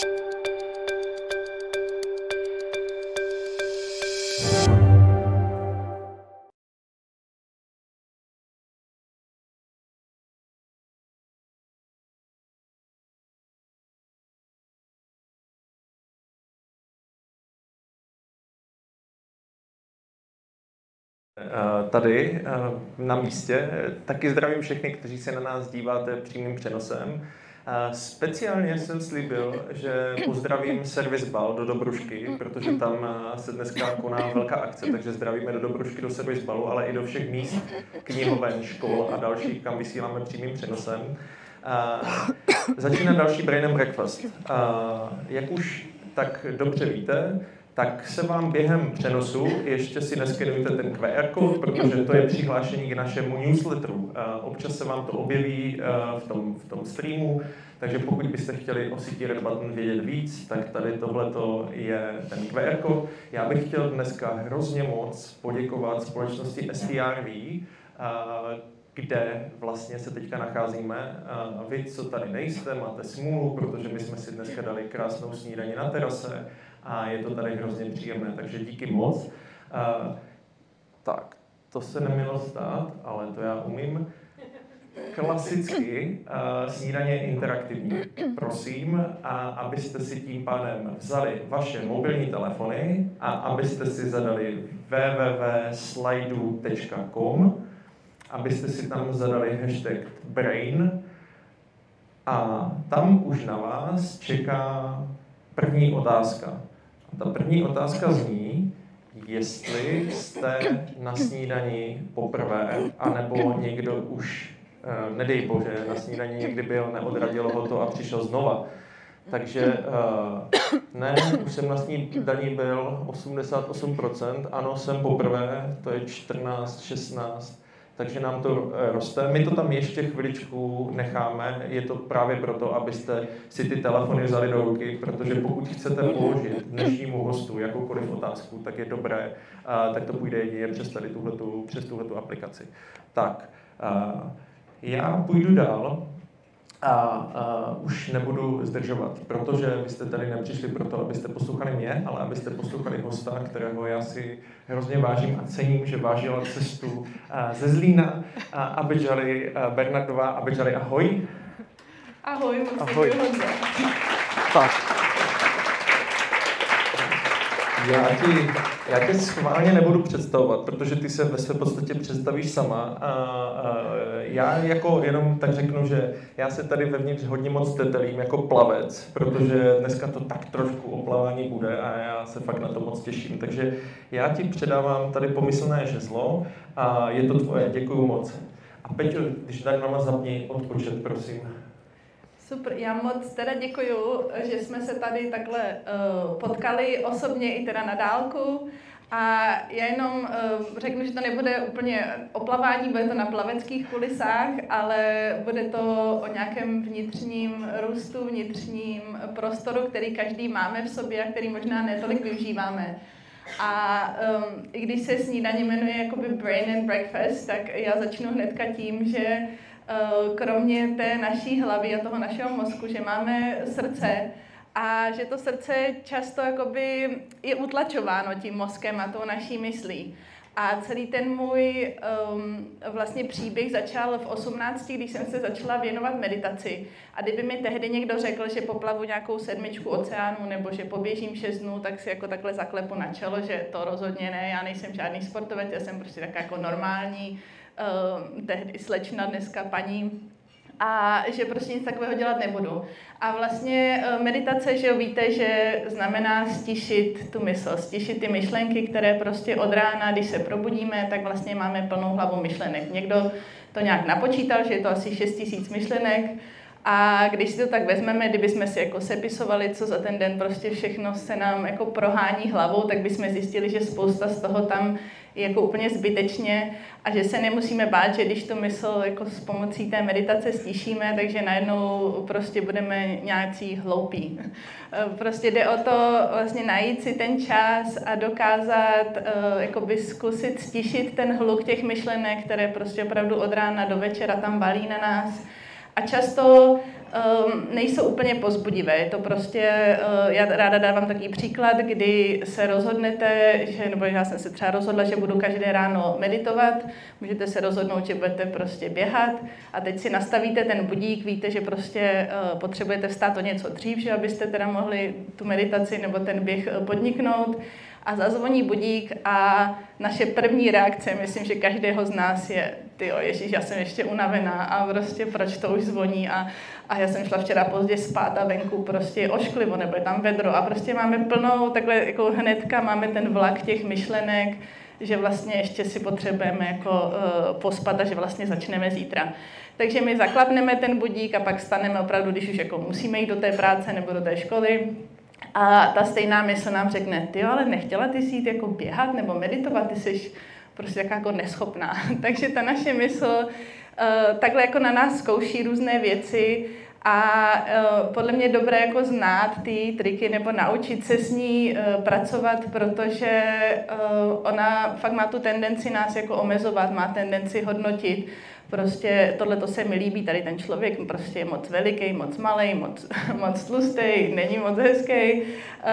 Tady na místě. Taky zdravím všechny, kteří se na nás díváte přímým přenosem. Speciálně jsem slíbil, že pozdravím servis Bal do Dobrušky, protože tam se dneska koná velká akce, takže zdravíme do Dobrušky, do servis Balu, ale i do všech míst, knihoven, škol a dalších, kam vysíláme přímým přenosem. Začíná další Brain and Breakfast. Jak už tak dobře víte, tak se vám během přenosu ještě si neskenujte ten QR kód, protože to je přihlášení k našemu newsletteru. Občas se vám to objeví v tom streamu, takže pokud byste chtěli o síti Red Button vědět víc, tak tady tohleto je ten QR kód. Já bych chtěl dneska hrozně moc poděkovat společnosti STRV, kde vlastně se teďka nacházíme. Vy, co tady nejste, máte smůlu, protože my jsme si dneska dali krásnou snídani na terase a je to tady hrozně příjemné, takže díky moc. Tak, to se nemělo stát, ale to já umím. Klasicky snídaně je interaktivní. Prosím, abyste si tím pádem vzali vaše mobilní telefony a abyste si zadali www.slidu.com, abyste si tam zadali hashtag brain a tam už na vás čeká první otázka. Ta první otázka zní, jestli jste na snídani poprvé, anebo někdo už, nedej bože, na snídani někdy byl, neodradilo ho to a přišel znova. Takže ne, už jsem na snídani byl 88%, ano, jsem poprvé, to je 14, 16, takže nám to roste. My to tam ještě chviličku necháme, je to právě proto, abyste si ty telefony vzali do ruky, protože pokud chcete položit dnešnímu hostu jakoukoliv otázku, tak je dobré, tak to půjde jedině přes tuhletu aplikaci. Tak, já půjdu dál a už nebudu zdržovat, protože vy jste tady nepřišli proto, abyste poslouchali mě, ale abyste poslouchali hosta, kterého já si hrozně vážím a cením, že vážila cestu ze Zlína, Abidžali Bernardová. Abidžali, ahoj. Ahoj, ahoj. Tak. Já tě schválně nebudu představovat, protože ty se ve své podstatě představíš sama. Já jako jenom tak řeknu, že já se tady vevnitř hodně moc tetelím jako plavec, protože dneska to tak trošku o plavání bude a já se fakt na to moc těším. Takže já ti předávám tady pomyslné žezlo a je to tvoje, děkuju moc. A Peťo, když tady na nás zapni odpočet, prosím. Super, já moc teda děkuju, že jsme se tady takhle potkali osobně i teda na dálku a já jenom řeknu, že to nebude úplně o plavání, bude to na plaveckých kulisách, ale bude to o nějakém vnitřním růstu, vnitřním prostoru, který každý máme v sobě a který možná netolik využíváme. A i když se snídaně jmenuje jakoby Brain and Breakfast, tak já začnu hnedka tím, že kromě té naší hlavy a toho našeho mozku, že máme srdce a že to srdce často jakoby je utlačováno tím mozkem a tou naší myslí. A celý ten můj vlastně příběh začal v 18, když jsem se začala věnovat meditaci. A kdyby mi tehdy někdo řekl, že poplavu nějakou 7 oceánu nebo že poběžím 6 dnů, tak si jako takhle zaklepu na čelo, že to rozhodně ne, já nejsem žádný sportovec, já jsem prostě taková jako normální, tehdy slečna, dneska paní, a že prostě nic takového dělat nebudu. A vlastně meditace, že víte, že znamená stišit tu mysl, stišit ty myšlenky, které prostě od rána, když se probudíme, tak vlastně máme plnou hlavu myšlenek. Někdo to nějak napočítal, že je to asi 6 000 myšlenek, a když si to tak vezmeme, kdybychom si jako sepisovali, co za ten den prostě všechno se nám jako prohání hlavou, tak bychom zjistili, že spousta z toho tam je jako úplně zbytečně a že se nemusíme bát, že když tu mysl jako s pomocí té meditace stišíme, takže najednou prostě budeme nějací hloupí. Prostě jde o to vlastně najít si ten čas a dokázat jakoby zkusit stišit ten hluk těch myšlenek, které prostě opravdu od rána do večera tam valí na nás. A často nejsou úplně povzbudivé. Je to prostě, já ráda dávám takový příklad, kdy se rozhodnete, nebo já jsem se třeba rozhodla, že budu každé ráno meditovat, můžete se rozhodnout, že budete prostě běhat a teď si nastavíte ten budík, víte, že prostě potřebujete vstát o něco dřív, že abyste teda mohli tu meditaci nebo ten běh podniknout. A zazvoní budík a naše první reakce, myslím, že každého z nás je, tyjo, ježiš, já jsem ještě unavená a prostě proč to už zvoní a já jsem šla včera pozdě spát a venku prostě je ošklivo nebo je tam vedro a prostě máme plnou, takhle jako hnedka máme ten vlak těch myšlenek, že vlastně ještě si potřebujeme jako pospat a že vlastně začneme zítra. Takže my zaklapneme ten budík a pak staneme opravdu, když už jako musíme jít do té práce nebo do té školy. A ta stejná mysl nám řekne, ty ale nechtěla ty si jít jako běhat nebo meditovat, ty jsi prostě jako neschopná. Takže ta naše mysl takhle jako na nás zkouší různé věci a podle mě je dobré jako znát ty triky nebo naučit se s ní pracovat, protože ona fakt má tu tendenci nás jako omezovat, má tendenci hodnotit. Prostě tohleto se mi líbí, tady ten člověk prostě je moc veliký, moc malej, moc tlustý, není moc hezký.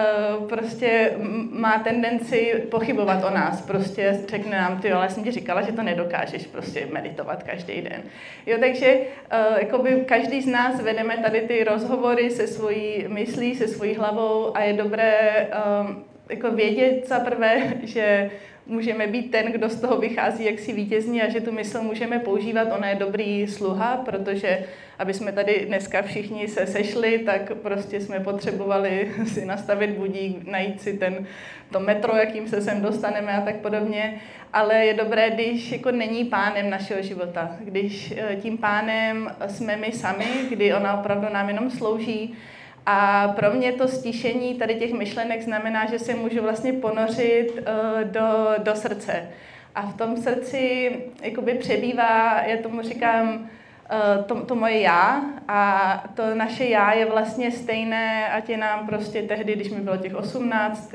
Prostě má tendenci pochybovat o nás. Prostě řekne nám, ty, ale já jsem ti říkala, že to nedokážeš prostě meditovat každý den. Jo, takže jakoby každý z nás vedeme tady ty rozhovory se svojí myslí, se svojí hlavou a je dobré jako vědět za prvé, že můžeme být ten, kdo z toho vychází jaksi vítězní a že tu mysl můžeme používat. Ona je dobrý sluha, protože aby jsme tady dneska všichni se sešli, tak prostě jsme potřebovali si nastavit budík, najít si to metro, jakým se sem dostaneme a tak podobně. Ale je dobré, když jako není pánem našeho života, když tím pánem jsme my sami, kdy ona opravdu nám jenom slouží. A pro mě to stišení tady těch myšlenek znamená, že se můžu vlastně ponořit do srdce. A v tom srdci jakoby přebývá, já tomu říkám, to moje já a to naše já je vlastně stejné, ať je nám prostě tehdy, když mi bylo těch 18,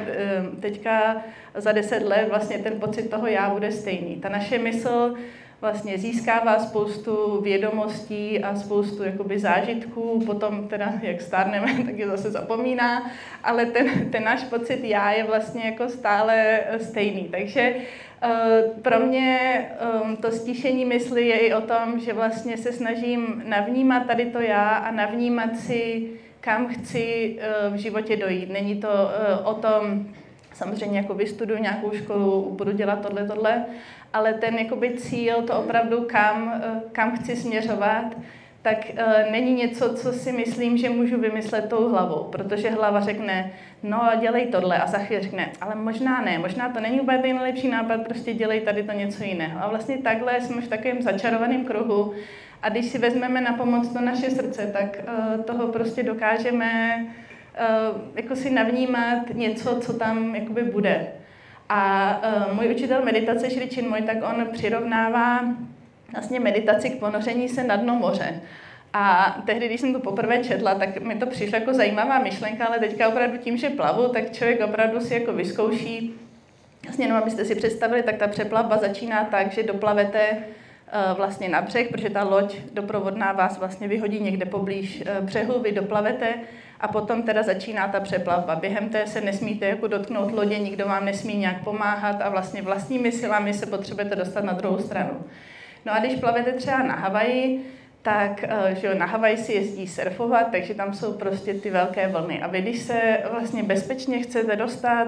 teďka za 10 let vlastně ten pocit toho já bude stejný. Ta naše mysl vlastně získává spoustu vědomostí a spoustu jakoby zážitků, potom teda, jak stárneme, tak je zase zapomíná, ale ten náš pocit já je vlastně jako stále stejný. Takže pro mě to stišení mysli je i o tom, že vlastně se snažím navnímat tady to já a navnímat si, kam chci v životě dojít. Není to o tom, samozřejmě jako vystuduju nějakou školu, budu dělat tohle, ale ten jakoby cíl, to opravdu kam chci směřovat, tak není něco, co si myslím, že můžu vymyslet tou hlavou, protože hlava řekne, no a dělej tohle a za chvíli řekne, ale možná ne, možná to není úplně ten nejlepší nápad, prostě dělej tady to něco jiného. A vlastně takhle jsme v takovém začarovaném kruhu a když si vezmeme na pomoc to naše srdce, tak toho prostě dokážeme jako si navnímat něco, co tam jakoby bude. A můj učitel meditace Sri Chinmoy, tak on přirovnává vlastně meditaci k ponoření se na dno moře. A tehdy, když jsem to poprvé četla, tak mi to přišla jako zajímavá myšlenka, ale teďka opravdu tím, že plavu, tak člověk opravdu si jako vyzkouší. Vlastně jenom abyste si představili, tak ta přeplavba začíná tak, že doplavete vlastně na břeh, protože ta loď doprovodná vás vlastně vyhodí někde poblíž břehu, vy doplavete a potom teda začíná ta přeplavba. Během té se nesmíte jako dotknout lodě, nikdo vám nesmí nějak pomáhat a vlastně vlastními silami se potřebujete dostat na druhou stranu. No a když plavete třeba na Havaji, tak že jo, na Havaji si jezdí surfovat, takže tam jsou prostě ty velké vlny. A vy, když se vlastně bezpečně chcete dostat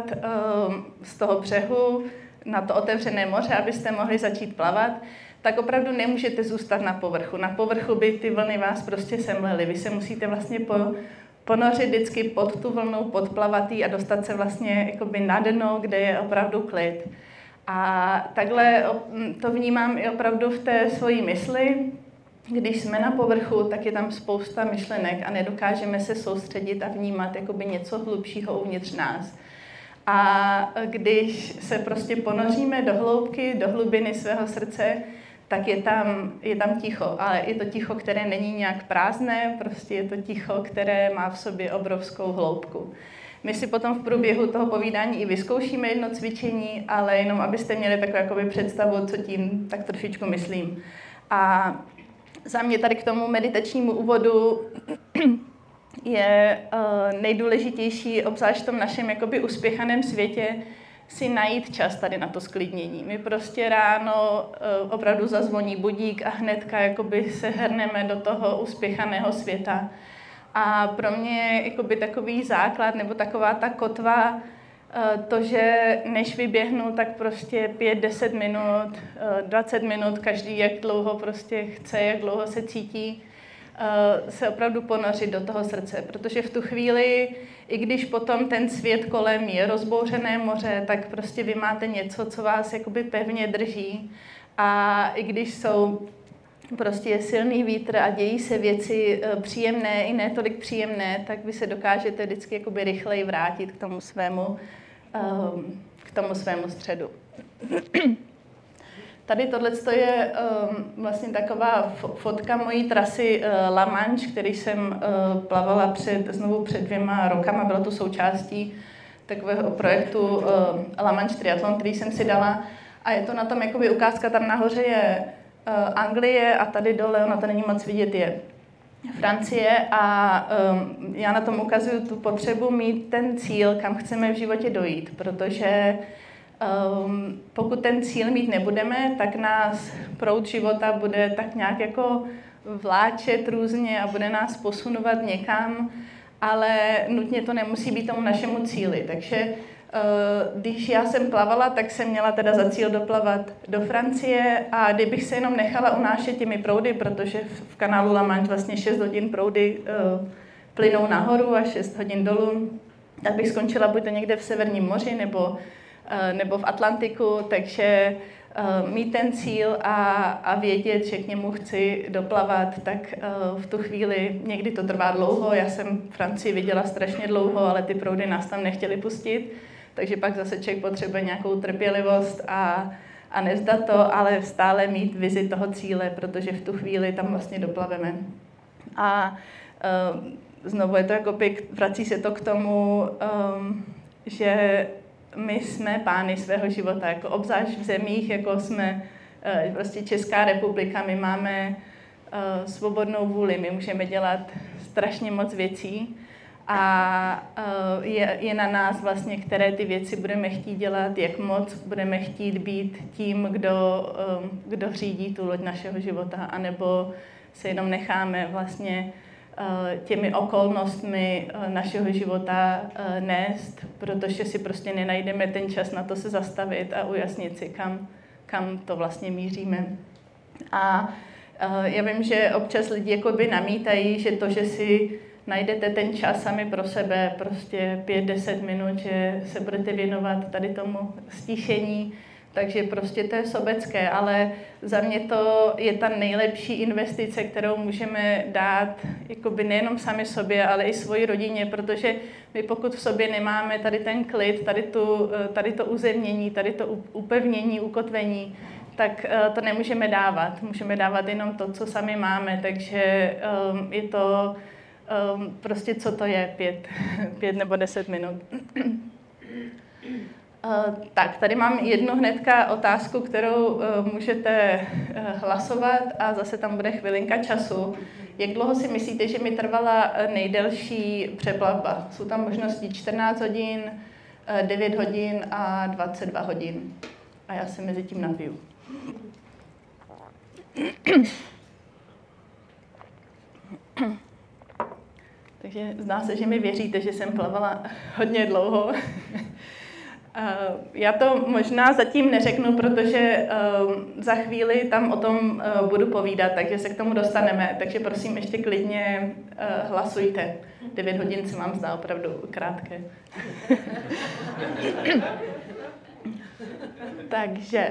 z toho břehu na to otevřené moře, abyste mohli začít plavat, tak opravdu nemůžete zůstat na povrchu. Na povrchu by ty vlny vás prostě semlely. Vy se musíte vlastně ponořit vždycky pod tu vlnu, podplavatý a dostat se vlastně jakoby na dno, kde je opravdu klid. A takhle to vnímám i opravdu v té svojí mysli. Když jsme na povrchu, tak je tam spousta myšlenek a nedokážeme se soustředit a vnímat jakoby něco hlubšího uvnitř nás. A když se prostě ponoříme do hloubky, do hlubiny svého srdce, tak je tam ticho, ale je to ticho, které není nějak prázdné, prostě je to ticho, které má v sobě obrovskou hloubku. My si potom v průběhu toho povídání i vyzkoušíme jedno cvičení, ale jenom abyste měli takovou jakoby představu, co tím tak trošičku myslím. A za mě tady k tomu meditačnímu úvodu je nejdůležitější, obzvlášť v tom našem jakoby uspěchaném světě, si najít čas tady na to sklidnění. My prostě ráno opravdu zazvoní budík a hnedka jakoby se hrneme do toho uspěchaného světa. A pro mě jakoby takový základ nebo taková ta kotva, to, že než vyběhnu, tak prostě 5-10 minut, 20 minut, každý jak dlouho prostě chce, jak dlouho se cítí, se opravdu ponořit do toho srdce, protože v tu chvíli, i když potom ten svět kolem je rozbouřené moře, tak prostě vy máte něco, co vás jakoby pevně drží. A i když jsou prostě silný vítr a dějí se věci příjemné i ne tolik příjemné, tak vy se dokážete vždycky jakoby rychleji vrátit k tomu svému středu. Tady tohle je vlastně taková fotka mojí trasy La Manche, který jsem plavala znovu před 2 rokama. Bylo to součástí takového projektu La Manche triatlon, který jsem si dala. A je to na tom jakoby ukázka, tam nahoře je Anglie a tady dole, ono to není moc vidět, je Francie. A já na tom ukazuju tu potřebu mít ten cíl, kam chceme v životě dojít, protože pokud ten cíl mít nebudeme, tak nás proud života bude tak nějak jako vláčet různě a bude nás posunovat někam, ale nutně to nemusí být tomu našemu cíli. Takže když já jsem plavala, tak jsem měla teda za cíl doplavat do Francie a kdybych se jenom nechala unášet těmi proudy, protože v kanálu La Manche vlastně 6 hodin proudy plynou nahoru a 6 hodin dolů, tak bych skončila buď to někde v Severním moři nebo v Atlantiku, takže mít ten cíl a vědět, že k němu chci doplavat, tak v tu chvíli někdy to trvá dlouho. Já jsem Francii viděla strašně dlouho, ale ty proudy nás tam nechtěly pustit, takže pak zase člověk potřebuje nějakou trpělivost a nevzdat to, ale stále mít vizi toho cíle, protože v tu chvíli tam vlastně doplaveme. A znovu je to jako vrací se to k tomu, že my jsme pány svého života, jako obzvlášť v zemích, jako jsme prostě Česká republika, my máme svobodnou vůli, my můžeme dělat strašně moc věcí a je na nás vlastně, které ty věci budeme chtít dělat, jak moc budeme chtít být tím, kdo řídí tu loď našeho života, anebo se jenom necháme vlastně těmi okolnostmi našeho života nést, protože si prostě nenajdeme ten čas na to se zastavit a ujasnit si, kam to vlastně míříme. A já vím, že občas lidi jakoby namítají, že to, že si najdete ten čas sami pro sebe, prostě 5-10 minut, že se budete věnovat tady tomu stišení, takže prostě to je sobecké, ale za mě to je ta nejlepší investice, kterou můžeme dát jakoby nejenom sami sobě, ale i svoji rodině, protože my pokud v sobě nemáme tady ten klid, tady to uzemnění, tady to upevnění, ukotvení, tak to nemůžeme dávat. Můžeme dávat jenom to, co sami máme, takže je to prostě, co to je, 5 nebo 10 minut. Tak, tady mám jednu hnedka otázku, kterou můžete hlasovat a zase tam bude chvilinka času. Jak dlouho si myslíte, že mi trvala nejdelší přeplavba? Jsou tam možnosti 14 hodin, 9 hodin a 22 hodin. A já se mezi tím napiju. Takže zdá se, že mi věříte, že jsem plavala hodně dlouho. Já to možná zatím neřeknu, protože za chvíli tam o tom budu povídat, takže se k tomu dostaneme. Takže prosím, ještě klidně hlasujte. 9 hodin se vám zdá opravdu krátké. Takže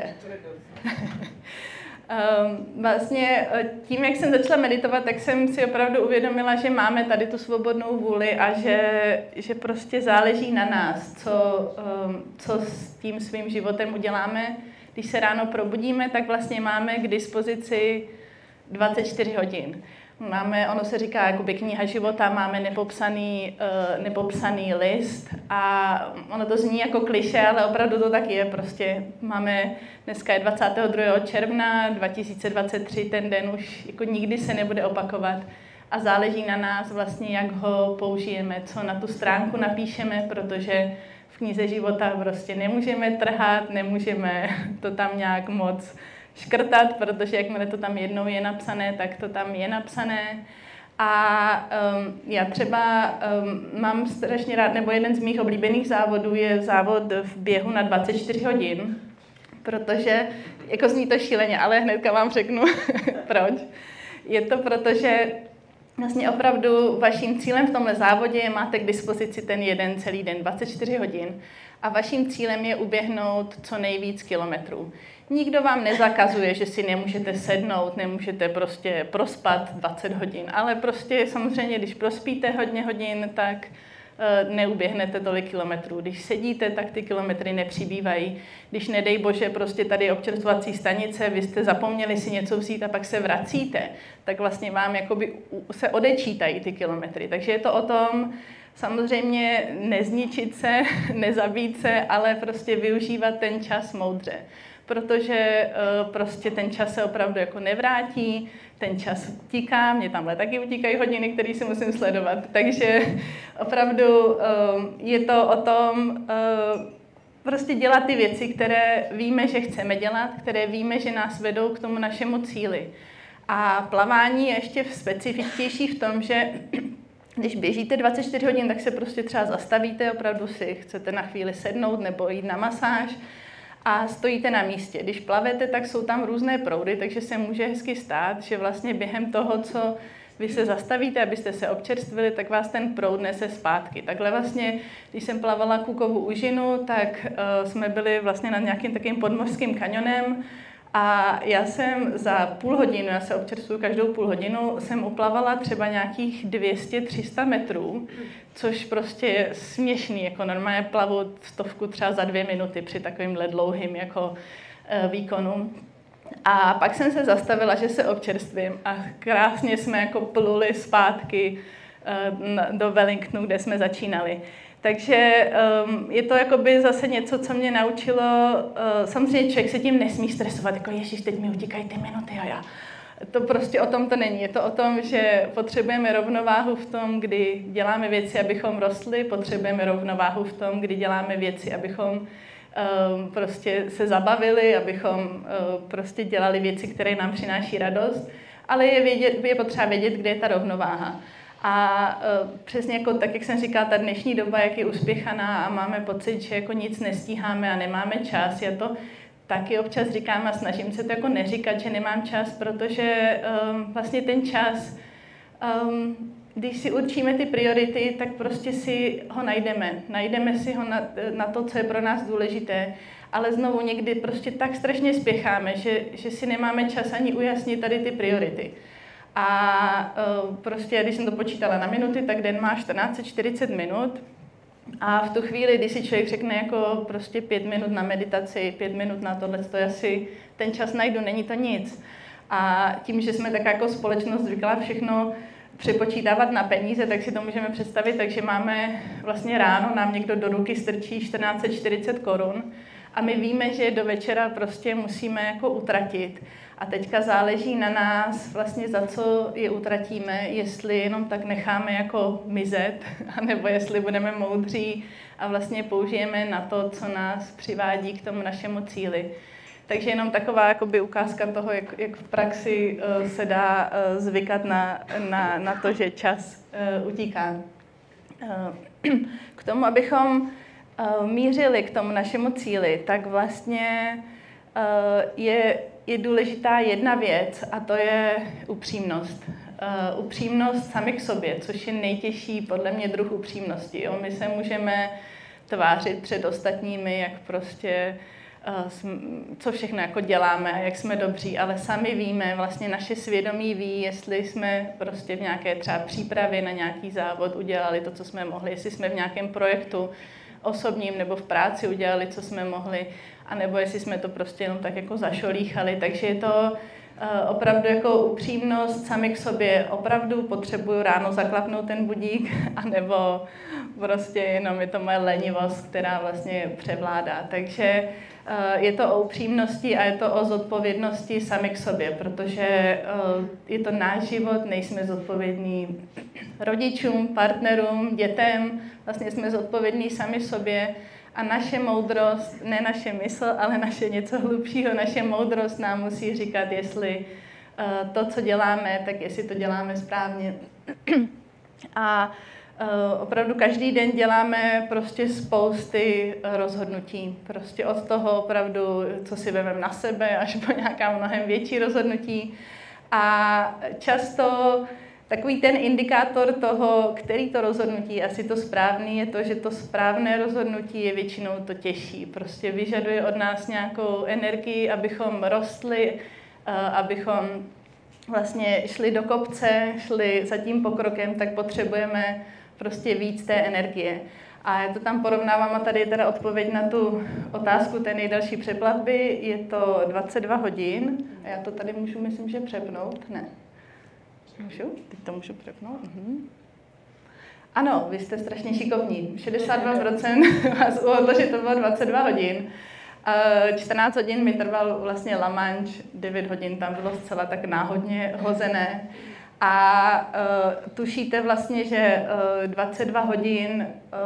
vlastně tím, jak jsem začala meditovat, tak jsem si opravdu uvědomila, že máme tady tu svobodnou vůli a že prostě záleží na nás, co s tím svým životem uděláme. Když se ráno probudíme, tak vlastně máme k dispozici 24 hodin. ono se říká jakoby kniha života, máme nepopsaný list a ono to zní jako klišé, ale opravdu to tak je. Prostě dneska je 22. června 2023, ten den už jako nikdy se nebude opakovat a záleží na nás vlastně, jak ho použijeme, co na tu stránku napíšeme, protože v knize života prostě nemůžeme trhat, nemůžeme to tam nějak moc škrtat, protože jakmile to tam jednou je napsané, tak to tam je napsané. A já třeba mám strašně rád, nebo jeden z mých oblíbených závodů je závod v běhu na 24 hodin, protože, jako zní to šíleně, ale hnedka vám řeknu proč. Je to proto, že vlastně opravdu vaším cílem v tomhle závodě máte k dispozici ten jeden celý den, 24 hodin. A vaším cílem je uběhnout co nejvíc kilometrů. Nikdo vám nezakazuje, že si nemůžete sednout, nemůžete prostě prospat 20 hodin, ale prostě samozřejmě, když prospíte hodně hodin, tak neuběhnete tolik kilometrů. Když sedíte, tak ty kilometry nepřibývají. Když nedej bože, prostě tady je občerstvovací stanice, vy jste zapomněli si něco vzít a pak se vracíte, tak vlastně vám jakoby se odečítají ty kilometry. Takže je to o tom, samozřejmě nezničit se, nezabít se, ale prostě využívat ten čas moudře. Protože prostě ten čas se opravdu jako nevrátí, ten čas utíká, mě tamhle taky utíkají hodiny, které si musím sledovat. Takže opravdu je to o tom prostě dělat ty věci, které víme, že chceme dělat, které víme, že nás vedou k tomu našemu cíli. A plavání je ještě specifičtější v tom, že když běžíte 24 hodin, tak se prostě třeba zastavíte, opravdu si chcete na chvíli sednout nebo jít na masáž a stojíte na místě. Když plavete, tak jsou tam různé proudy, takže se může hezky stát, že vlastně během toho, co vy se zastavíte, abyste se občerstvili, tak vás ten proud nese zpátky. Takhle vlastně, když jsem plavala Cookovu úžinu, tak jsme byli vlastně nad nějakým takovým podmořským kanionem a já jsem za půl hodinu, já se občerstvuju každou půl hodinu, jsem uplavala třeba nějakých 200-300 metrů, což prostě je směšný, jako normálně plavu 100 třeba za 2 minuty při takovýmhle dlouhým jako výkonu. A pak jsem se zastavila, že se občerstvím a krásně jsme jako pluli zpátky do Wellingtonu, kde jsme začínali. Takže je to jakoby zase něco, co mě naučilo, samozřejmě člověk se tím nesmí stresovat, jako ježiš, teď mi utíkají ty minuty a já. To prostě o tom to není. Je to o tom, že potřebujeme rovnováhu v tom, kdy děláme věci, abychom rostli, potřebujeme rovnováhu v tom, kdy děláme věci, abychom prostě se zabavili, abychom prostě dělali věci, které nám přináší radost, ale je potřeba vědět, kde je ta rovnováha. A přesně jako tak, jak jsem říkala, ta dnešní doba, jak je uspěchaná a máme pocit, že jako nic nestíháme a nemáme čas, já to taky občas říkám a snažím se to jako neříkat, že nemám čas, protože vlastně ten čas, když si určíme ty priority, tak prostě si ho najdeme. Najdeme si ho na to, co je pro nás důležité, ale znovu někdy prostě tak strašně spěcháme, že si nemáme čas ani ujasnit tady ty priority. A prostě, když jsem to počítala na minuty, tak den má 1440 minut a v tu chvíli, když si člověk řekne jako prostě 5 minut na meditaci, 5 minut na tohle, to asi ten čas najdu, není to nic. A tím, že jsme tak jako společnost zvyklá všechno přepočítávat na peníze, tak si to můžeme představit, takže máme vlastně ráno, nám někdo do ruky strčí 1440 korun a my víme, že do večera prostě musíme jako utratit. A teďka záleží na nás vlastně za co je utratíme, jestli jenom tak necháme jako mizet, anebo jestli budeme moudří a vlastně použijeme na to, co nás přivádí k tomu našemu cíli. Takže jenom taková jakoby ukázka toho, jak v praxi se dá zvykat na to, že čas utíká. K tomu, abychom mířili k tomu našemu cíli, tak vlastně je důležitá jedna věc a to je upřímnost. Upřímnost sami k sobě, což je nejtěžší podle mě druh upřímnosti. Jo? My se můžeme tvářit před ostatními, jak prostě co všechno jako děláme a jak jsme dobří, ale sami víme, vlastně naše svědomí ví, jestli jsme prostě v nějaké třeba přípravě na nějaký závod udělali to, co jsme mohli, jestli jsme v nějakém projektu osobním nebo v práci udělali, co jsme mohli, anebo jestli jsme to prostě jenom tak jako zašolíchali. Takže je to opravdu jako upřímnost sami k sobě. Opravdu potřebuju ráno zaklapnout ten budík, anebo prostě jenom je to moje lenivost, která vlastně převládá. Takže je to o upřímnosti a je to o zodpovědnosti sami k sobě, protože je to náš život, nejsme zodpovědní rodičům, partnerům, dětem, vlastně jsme zodpovědní sami sobě a naše moudrost, ne naše mysl, ale naše něco hlubšího, naše moudrost nám musí říkat, jestli to, co děláme, tak jestli to děláme správně. A opravdu každý den děláme prostě spousty rozhodnutí. Prostě od toho opravdu, co si vezmeme na sebe, až po nějaká mnohem větší rozhodnutí. A často takový ten indikátor toho, který to rozhodnutí asi to správný, je to, že to správné rozhodnutí je většinou to těžší. Prostě vyžaduje od nás nějakou energii, abychom rostli, abychom vlastně šli do kopce, šli za tím pokrokem, tak potřebujeme prostě víc té energie. A já to tam porovnávám a tady je teda odpověď na tu otázku té nejdelší přeplavby. Je to 22 hodin a já to tady můžu, myslím, že přepnout. Ne. Můžu? Teď to můžu přepnout. Ano, vy jste strašně šikovní. 62% vás uhodlo, že to bylo 22 hodin. 14 hodin mi trval vlastně La Manche, 9 hodin tam bylo zcela tak náhodně hozené. A tušíte vlastně, že 22 hodin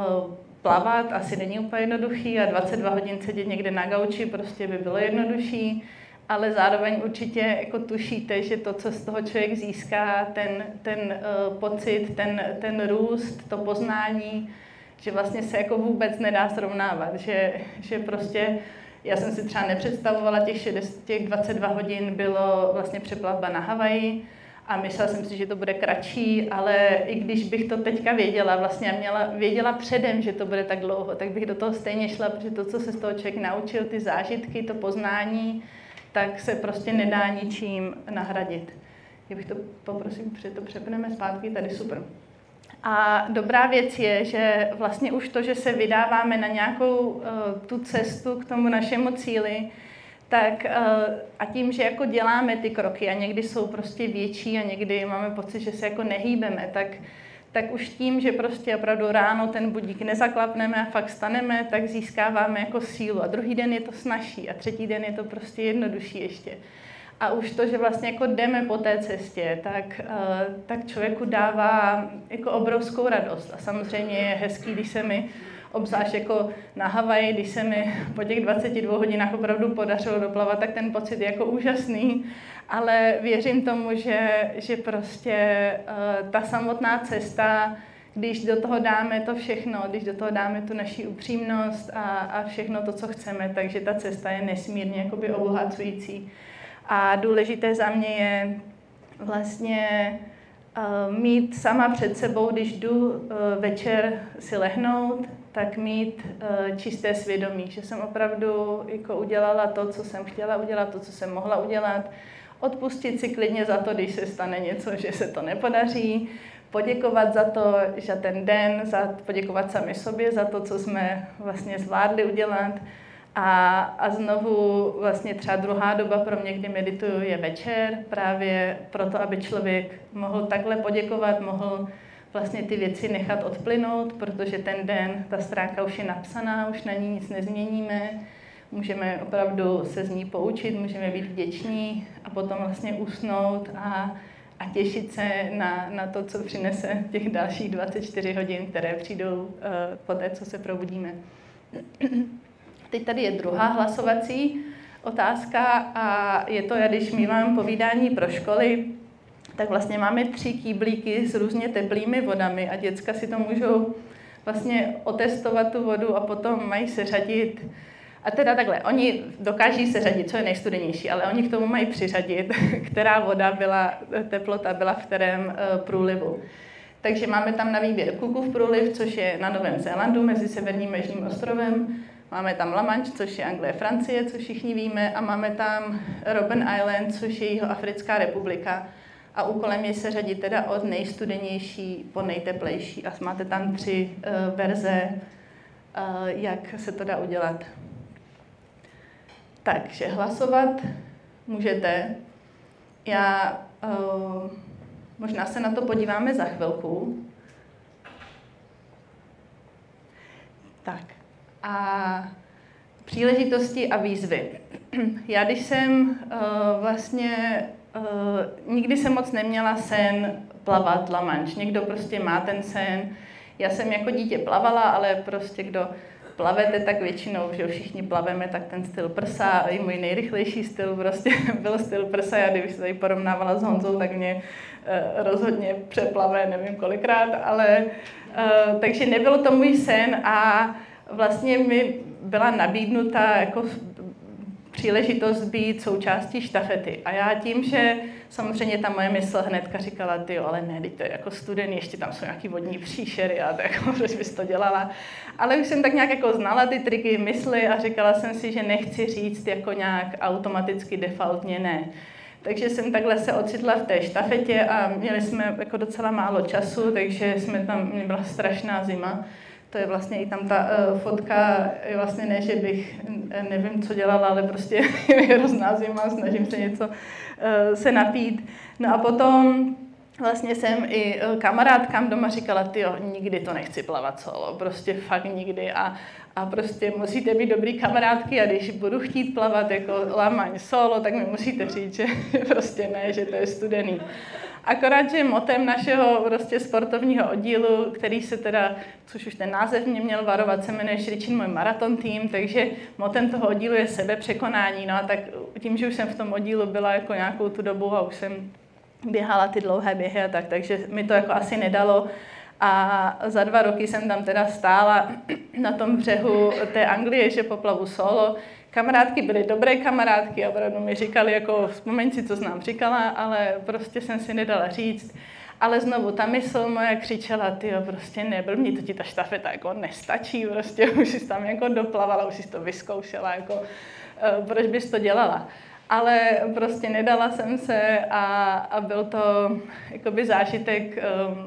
plavat asi není úplně jednoduchý a 22 hodin sedět někde na gauči prostě by bylo jednodušší, ale zároveň určitě jako tušíte, že to, co z toho člověk získá, ten pocit, ten růst, to poznání, že vlastně se jako vůbec nedá srovnávat, že prostě já jsem si třeba nepředstavovala těch 22 hodin bylo vlastně přeplavba na Havaji a myslela jsem si, že to bude kratší, ale i když bych to teďka věděla, vlastně věděla předem, že to bude tak dlouho, tak bych do toho stejně šla, protože to, co se z toho člověk naučil, ty zážitky, to poznání, tak se prostě nedá ničím nahradit. Kdybych to poprosím, protože to přepneme zpátky, tady super. A dobrá věc je, že vlastně už to, že se vydáváme na nějakou tu cestu k tomu našemu cíli, tak a tím, že jako děláme ty kroky a někdy jsou prostě větší a někdy máme pocit, že se jako nehýbeme, tak už tím, že prostě opravdu ráno ten budík nezaklapneme a fakt staneme, tak získáváme jako sílu. A druhý den je to snazší a třetí den je to prostě jednodušší ještě. A už to, že vlastně jako jdeme po té cestě, tak člověku dává jako obrovskou radost. A samozřejmě je hezký, když se mi obzvlášť jako na Havaji, když se mi po těch 22 hodinách opravdu podařilo doplavat, tak ten pocit je jako úžasný. Ale věřím tomu, že prostě ta samotná cesta, když do toho dáme to všechno, když do toho dáme tu naši upřímnost a všechno to, co chceme, takže ta cesta je nesmírně jakoby obohacující. A důležité za mě je vlastně mít sama před sebou, když jdu večer si lehnout, tak mít čisté svědomí, že jsem opravdu jako udělala to, co jsem chtěla udělat, to, co jsem mohla udělat, odpustit si klidně za to, když se stane něco, že se to nepodaří, poděkovat za to, že ten den, poděkovat sami sobě za to, co jsme vlastně zvládli udělat. A znovu vlastně třeba druhá doba pro mě, kdy medituju, je večer, právě proto, aby člověk mohl takhle poděkovat, mohl vlastně ty věci nechat odplynout, protože ten den, ta stránka už je napsaná, už na ní nic nezměníme, můžeme opravdu se z ní poučit, můžeme být vděční a potom vlastně usnout a těšit se na to, co přinese těch dalších 24 hodin, které přijdou po té, co se probudíme. Teď tady je druhá hlasovací otázka a je to, když my máme povídání pro školy, tak vlastně máme 3 kýblíky s různě teplými vodami a děcka si to můžou vlastně otestovat tu vodu a potom mají seřadit. A teda takhle, oni dokáží seřadit, co je nejstudenější, ale oni k tomu mají přiřadit, která voda teplota byla v kterém průlivu. Takže máme tam na výběr Cookův průliv, což je na Novém Zélandu mezi Severním a Jižním ostrovem. Máme tam La Manche, což je Anglie, Francie, co všichni víme, a máme tam Robben Island, což je Jihoafrická republika. A úkolem je seřadit teda od nejstudenější po nejteplejší. A máte tam 3 verze, jak se to dá udělat. Takže hlasovat můžete. já možná se na to podíváme za chvilku. Tak. A příležitosti a výzvy. Já když jsem nikdy jsem moc neměla sen plavat La Manche. Někdo prostě má ten sen. Já jsem jako dítě plavala, ale prostě kdo plavete, tak většinou, že všichni plaveme, tak ten styl prsa, a i můj nejrychlejší styl prostě byl styl prsa. Já kdybych se tady porovnávala s Honzou, tak mě rozhodně přeplave, nevím kolikrát, ale takže nebyl to můj sen a vlastně mi byla nabídnuta jako příležitost být součástí štafety. A já tím, že samozřejmě ta moje mysl hnedka říkala, ale ne, teď to je jako studený, ještě tam jsou nějaký vodní příšery a tak, proč bys to dělala. Ale už jsem tak nějak jako znala ty triky mysli a říkala jsem si, že nechci říct jako nějak automaticky defaultně ne. Takže jsem takhle se ocitla v té štafetě a měli jsme jako docela málo času, takže byla strašná zima. To je vlastně i tam ta fotka, vlastně ne, že bych nevím, co dělala, ale prostě je hrozná zima, snažím se něco se napít. No a potom vlastně jsem i kamarádkám doma říkala, nikdy to nechci plavat solo, prostě fakt nikdy a prostě musíte být dobrý kamarádky a když budu chtít plavat jako La Manche solo, tak mi musíte říct, že prostě ne, že to je studený. Akorát, že motem našeho prostě sportovního oddílu, který se teda, což už ten název mě měl varovat, se jmenuje Šričin můj maraton tým, takže motem toho oddílu je sebepřekonání. No a tak tím, že už jsem v tom oddílu byla jako nějakou tu dobu a už jsem běhala ty dlouhé běhy a tak, takže mi to jako asi nedalo. A za 2 roky jsem tam teda stála na tom břehu té Anglie, že poplavu solo. Kamarádky byly dobré kamarádky a opravdu mi říkali, jako vzpomeň si, co jsi nám říkala, ale prostě jsem si nedala říct. Ale znovu ta mysl moje křičela, prostě neblbni, to ti ta štafeta jako nestačí, prostě už jsi tam jako doplavala, už jsi to vyzkoušela, jako proč bys to dělala. Ale prostě nedala jsem se a byl to jakoby zážitek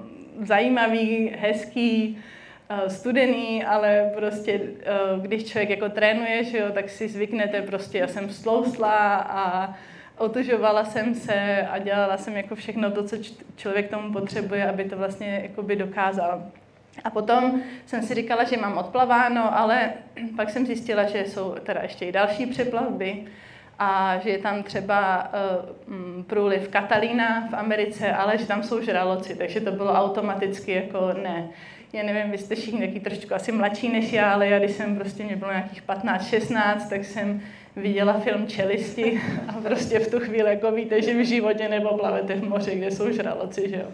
zajímavý, hezký, studený, ale prostě když člověk jako trénuje, že jo, tak si zvyknete prostě, já jsem stlousla a otužovala jsem se a dělala jsem jako všechno to, co člověk tomu potřebuje, aby to vlastně jakoby dokázal. A potom jsem si říkala, že mám odplaváno, ale pak jsem zjistila, že jsou teda ještě i další přeplavby a že je tam třeba průliv Catalina v Americe, ale že tam jsou žraloci, takže to bylo automaticky jako ne. Já nevím, vy jste všichni taky trošku asi mladší než já, ale já, když jsem prostě, mě bylo nějakých 15-16, tak jsem viděla film Čelisti a prostě v tu chvíli jako víte, že v životě nebo plavete v moři, kde jsou žraloci, že jo.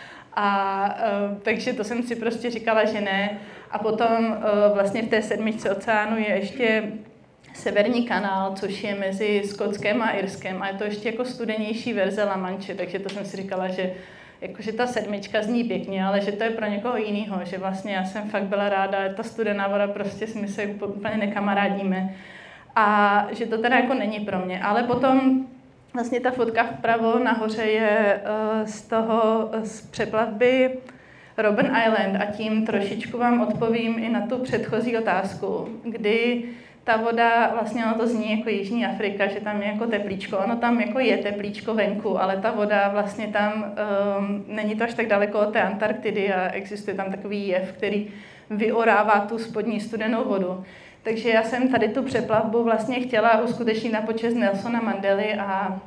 A takže to jsem si prostě říkala, že ne. A potom vlastně v té 7. oceánu je ještě Severní kanál, což je mezi Skotskem a Irskem a je to ještě jako studenější verze La Manche, takže to jsem si říkala, že jakože ta 7 zní pěkně, ale že to je pro někoho jinýho, že vlastně já jsem fakt byla ráda, ta studená voda, prostě my se úplně nekamarádíme a že to teda jako není pro mě. Ale potom vlastně ta fotka vpravo nahoře je z přeplavby Robben Island a tím trošičku vám odpovím i na tu předchozí otázku, kdy ta voda, vlastně ono to zní jako Jižní Afrika, že tam je jako teplíčko. Ono tam jako je teplíčko venku, ale ta voda vlastně tam není to až tak daleko od té Antarktidy a existuje tam takový jev, který vyorává tu spodní studenou vodu. Takže já jsem tady tu přeplavbu vlastně chtěla uskutečnit na počest Nelsona Mandely a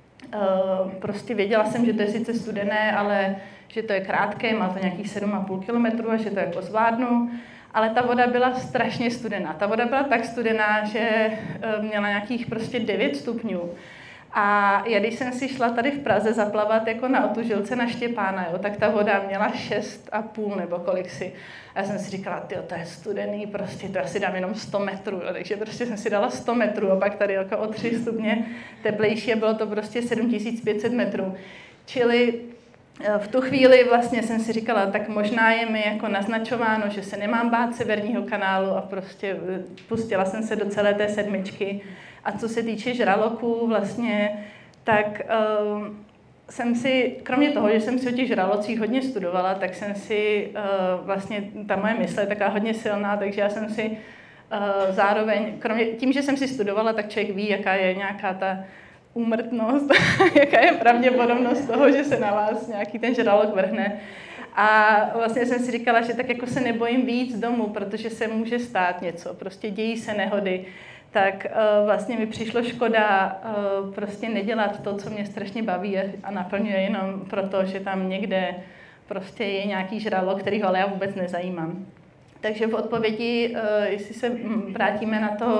prostě věděla jsem, že to je sice studené, ale že to je krátké, má to nějakých 7,5 kilometru a že to jako zvládnu. Ale ta voda byla strašně studená. Ta voda byla tak studená, že měla nějakých prostě 9 stupňů. A já, když jsem si šla tady v Praze zaplavat jako na otužilce na Štěpána, jo, tak ta voda měla 6,5 nebo kolik si. A já jsem si říkala, to je studený, prostě to já si dám jenom 100 metrů. Jo, takže prostě jsem si dala 100 metrů a pak tady jako o 3 stupně teplejší a bylo to prostě 7500 metrů. Čili v tu chvíli vlastně jsem si říkala, tak možná je mi jako naznačováno, že se nemám bát Severního kanálu a prostě pustila jsem se do celé té 7. A co se týče žraloků vlastně, tak jsem si, kromě toho, že jsem si o těch žralocích hodně studovala, tak jsem si vlastně, ta moje mysl je taková hodně silná, takže já jsem si zároveň, kromě tím, že jsem si studovala, tak člověk ví, jaká je nějaká ta úmrtnost, jaká je pravděpodobnost toho, že se na vás nějaký ten žralok vrhne. A vlastně jsem si říkala, že tak jako se nebojím víc domů, protože se může stát něco, prostě dějí se nehody. Tak vlastně mi přišlo škoda prostě nedělat to, co mě strašně baví a naplňuje jenom proto, že tam někde prostě je nějaký žralok, kterýho ale já vůbec nezajímám. Takže v odpovědi, jestli se vrátíme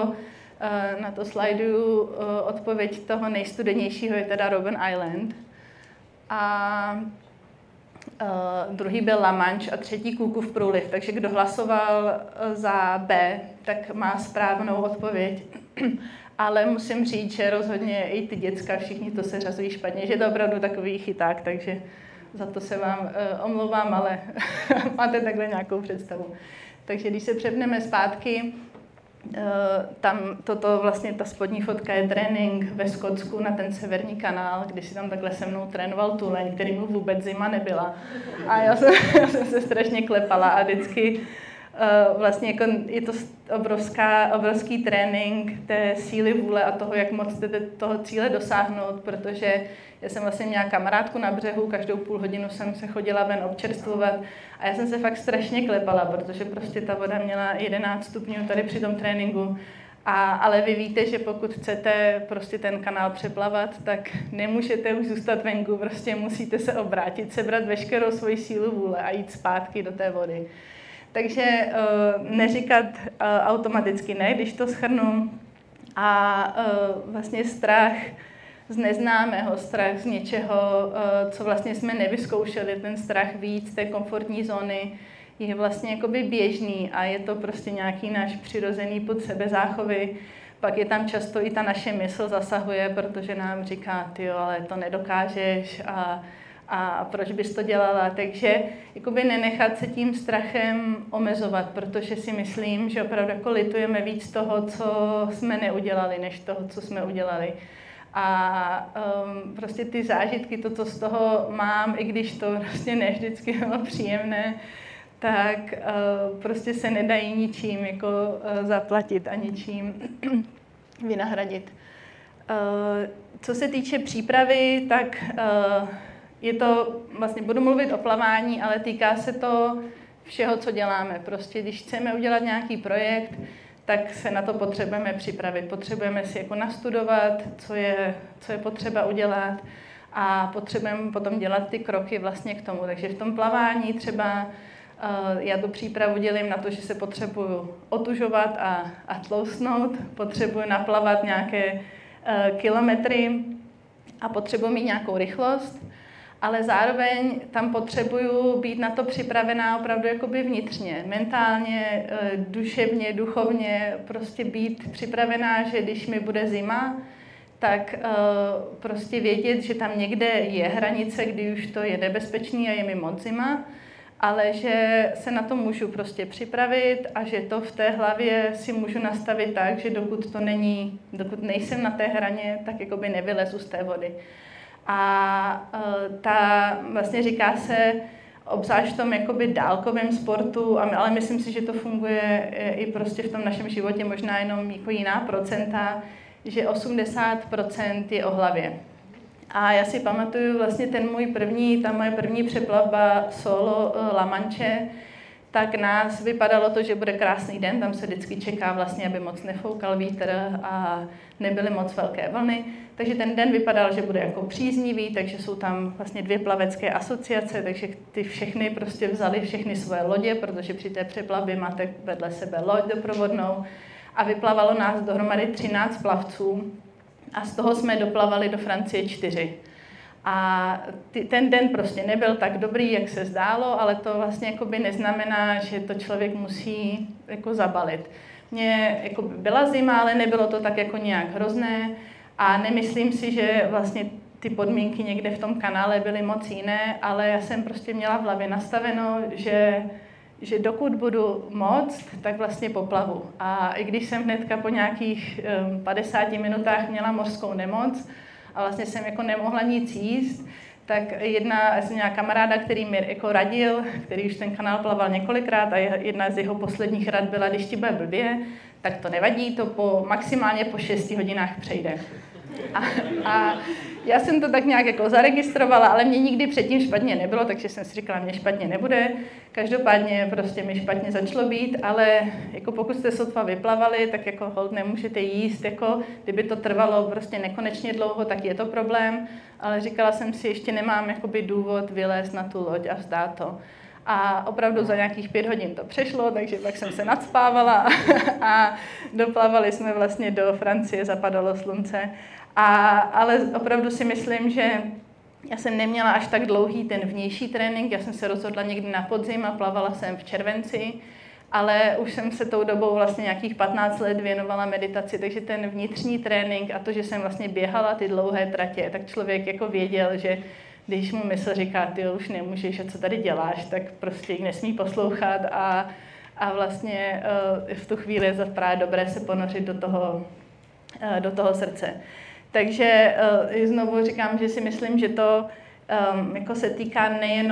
na to slajdu, odpověď toho nejstudenějšího je teda Robben Island. A druhý byl La Manche a třetí Cookův průliv. Takže kdo hlasoval za B, tak má správnou odpověď. Ale musím říct, že rozhodně i ty děcka, všichni to se řazují špatně, že je to opravdu takový chyták, takže za to se vám omlouvám, ale máte takhle nějakou představu. Takže když se přepneme zpátky, tam toto vlastně ta spodní fotka je trénink ve Skotsku na ten severní kanál, kdy si tam takhle se mnou trénoval tuleň, který mu vůbec zima nebyla. A já jsem se strašně klepala a vždycky vlastně jako je to obrovský trénink té síly vůle a toho, jak moc jdete toho cíle dosáhnout, protože já jsem vlastně měla kamarádku na břehu, každou půl hodinu jsem se chodila ven občerstvovat a já jsem se fakt strašně klepala, protože prostě ta voda měla 11 stupňů tady při tom tréninku. Ale vy víte, že pokud chcete prostě ten kanál přeplavat, tak nemůžete už zůstat venku, prostě musíte se obrátit, sebrat veškerou svoji sílu vůle a jít zpátky do té vody. Takže neříkat automaticky ne, když to shrnu. A vlastně strach z neznámého, strach z něčeho, co vlastně jsme nevyzkoušeli, ten strach víc té komfortní zóny je vlastně jakoby běžný a je to prostě nějaký náš přirozený pud sebezáchovy. Pak je tam často i ta naše mysl zasahuje, protože nám říká, tyjo, ale to nedokážeš a proč bys to dělala. Takže jakoby nenechat se tím strachem omezovat, protože si myslím, že opravdu jako litujeme víc toho, co jsme neudělali, než toho, co jsme udělali. A prostě ty zážitky, to, co z toho mám, i když to prostě ne vždycky bylo příjemné, tak prostě se nedají ničím jako zaplatit a ničím vynahradit. Co se týče přípravy, tak je to, vlastně budu mluvit o plavání, ale týká se to všeho, co děláme. Prostě když chceme udělat nějaký projekt, tak se na to potřebujeme připravit. Potřebujeme si jako nastudovat, co je potřeba udělat a potřebujeme potom dělat ty kroky vlastně k tomu. Takže v tom plavání třeba já tu přípravu dělím na to, že se potřebuju otužovat a tlousnout, potřebuju naplavat nějaké kilometry a potřebuji mít nějakou rychlost, ale zároveň tam potřebuju být na to připravená opravdu jakoby vnitřně, mentálně, duševně, duchovně, prostě být připravená, že když mi bude zima, tak prostě vědět, že tam někde je hranice, kdy už to je nebezpečný a je mi moc zima, ale že se na to můžu prostě připravit a že to v té hlavě si můžu nastavit tak, že dokud nejsem na té hraně, tak jakoby nevylezu z té vody. A ta vlastně říká se, obzvlášť v tom jakoby dálkovém sportu, ale myslím si, že to funguje i prostě v tom našem životě, možná jenom jako jiná procenta, že 80% je o hlavě. A já si pamatuju vlastně ta moje první přeplavba solo La Manche, tak nás vypadalo to, že bude krásný den, tam se vždycky čeká vlastně, aby moc nefoukal vítr a nebyly moc velké vlny. Takže ten den vypadal, že bude jako příznivý, takže jsou tam vlastně 2 plavecké asociace, takže ty všechny prostě vzali všechny svoje lodě, protože při té přeplavbě máte vedle sebe loď doprovodnou a vyplavalo nás dohromady 13 plavců a z toho jsme doplavali do Francie 4. A ten den prostě nebyl tak dobrý, jak se zdálo, ale to vlastně jakoby neznamená, že to člověk musí jako zabalit. Mně jako byla zima, ale nebylo to tak jako nějak hrozné a nemyslím si, že vlastně ty podmínky někde v tom kanále byly moc jiné, ale já jsem prostě měla v hlavě nastaveno, že dokud budu moct, tak vlastně poplavu. A i když jsem hnedka po nějakých 50 minutách měla mořskou nemoc a vlastně jsem jako nemohla nic jíst, tak já jsem měla kamaráda, který mi jako radil, který už ten kanál plaval několikrát a jedna z jeho posledních rad byla, když ti bude blbě, tak to nevadí, to maximálně po 6 hodinách přejde. A já jsem to tak nějak jako zaregistrovala, ale mě nikdy předtím špatně nebylo, takže jsem si říkala, mě špatně nebude. Každopádně prostě mi špatně začalo být, ale jako pokud jste sotva vyplavali, tak jako hold nemůžete jíst, jako kdyby to trvalo prostě nekonečně dlouho, tak je to problém, ale říkala jsem si, ještě nemám jakoby důvod vylézt na tu loď a vzdát to. A opravdu za nějakých 5 hodin to přešlo, takže pak jsem se nadspávala a doplavali jsme vlastně do Francie, zapadalo slunce. Ale opravdu si myslím, že já jsem neměla až tak dlouhý ten vnější trénink, já jsem se rozhodla někdy na podzim a plavala jsem v červenci, ale už jsem se tou dobou vlastně nějakých 15 let věnovala meditaci, takže ten vnitřní trénink a to, že jsem vlastně běhala ty dlouhé tratě, tak člověk jako věděl, že když mu mysl říká, ty už nemůžeš a co tady děláš, tak prostě ji nesmí poslouchat a vlastně v tu chvíli je právě dobré se ponořit do toho srdce. Takže znovu říkám, že si myslím, že to jako se týká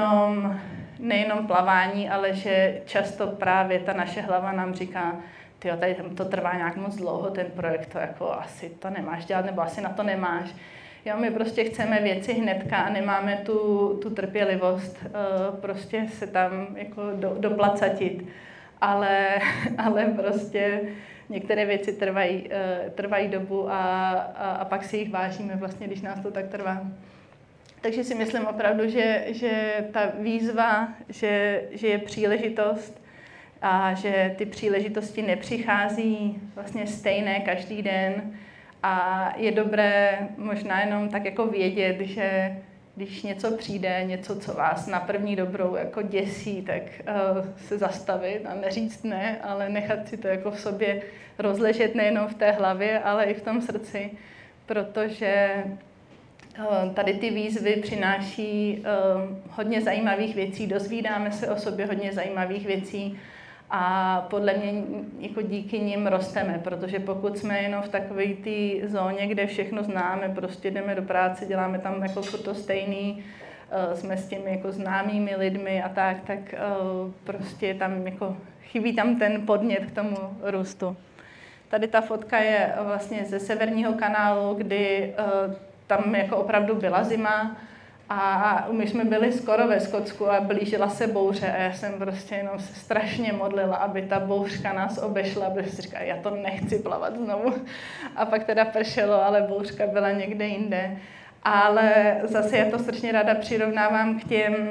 nejenom plavání, ale že často právě ta naše hlava nám říká, tyjo, tady to trvá nějak moc dlouho, ten projekt, to jako asi to nemáš dělat, nebo asi na to nemáš. Jo, my prostě chceme věci hnedka a nemáme tu trpělivost prostě se tam jako doplacatit. Ale prostě některé věci trvají dobu a pak si jich vážíme vlastně, když nás to tak trvá. Takže si myslím opravdu, že ta výzva, že je příležitost a že ty příležitosti nepřichází vlastně stejné každý den a je dobré možná jenom tak jako vědět, že když něco přijde, něco, co vás na první dobrou jako děsí, tak se zastavit a neříct ne, ale nechat si to jako v sobě rozležet nejenom v té hlavě, ale i v tom srdci, protože tady ty výzvy přináší hodně zajímavých věcí, dozvídáme se o sobě hodně zajímavých věcí a podle mě jako díky nim rosteme, protože pokud jsme jenom v takové té zóně, kde všechno známe, prostě jdeme do práce, děláme tam jako to stejný, jsme s těmi jako známými lidmi a tak prostě tam jako chybí tam ten podnět k tomu růstu. Tady ta fotka je vlastně ze Severního kanálu, kdy tam jako opravdu byla zima a my jsme byli skoro ve Skotsku a blížila se bouře a já jsem prostě jenom se strašně modlila, aby ta bouřka nás obešla, protože si říkala, já to nechci plavat znovu. A pak teda pršelo, ale bouřka byla někde jinde. Ale zase já to strašně ráda přirovnávám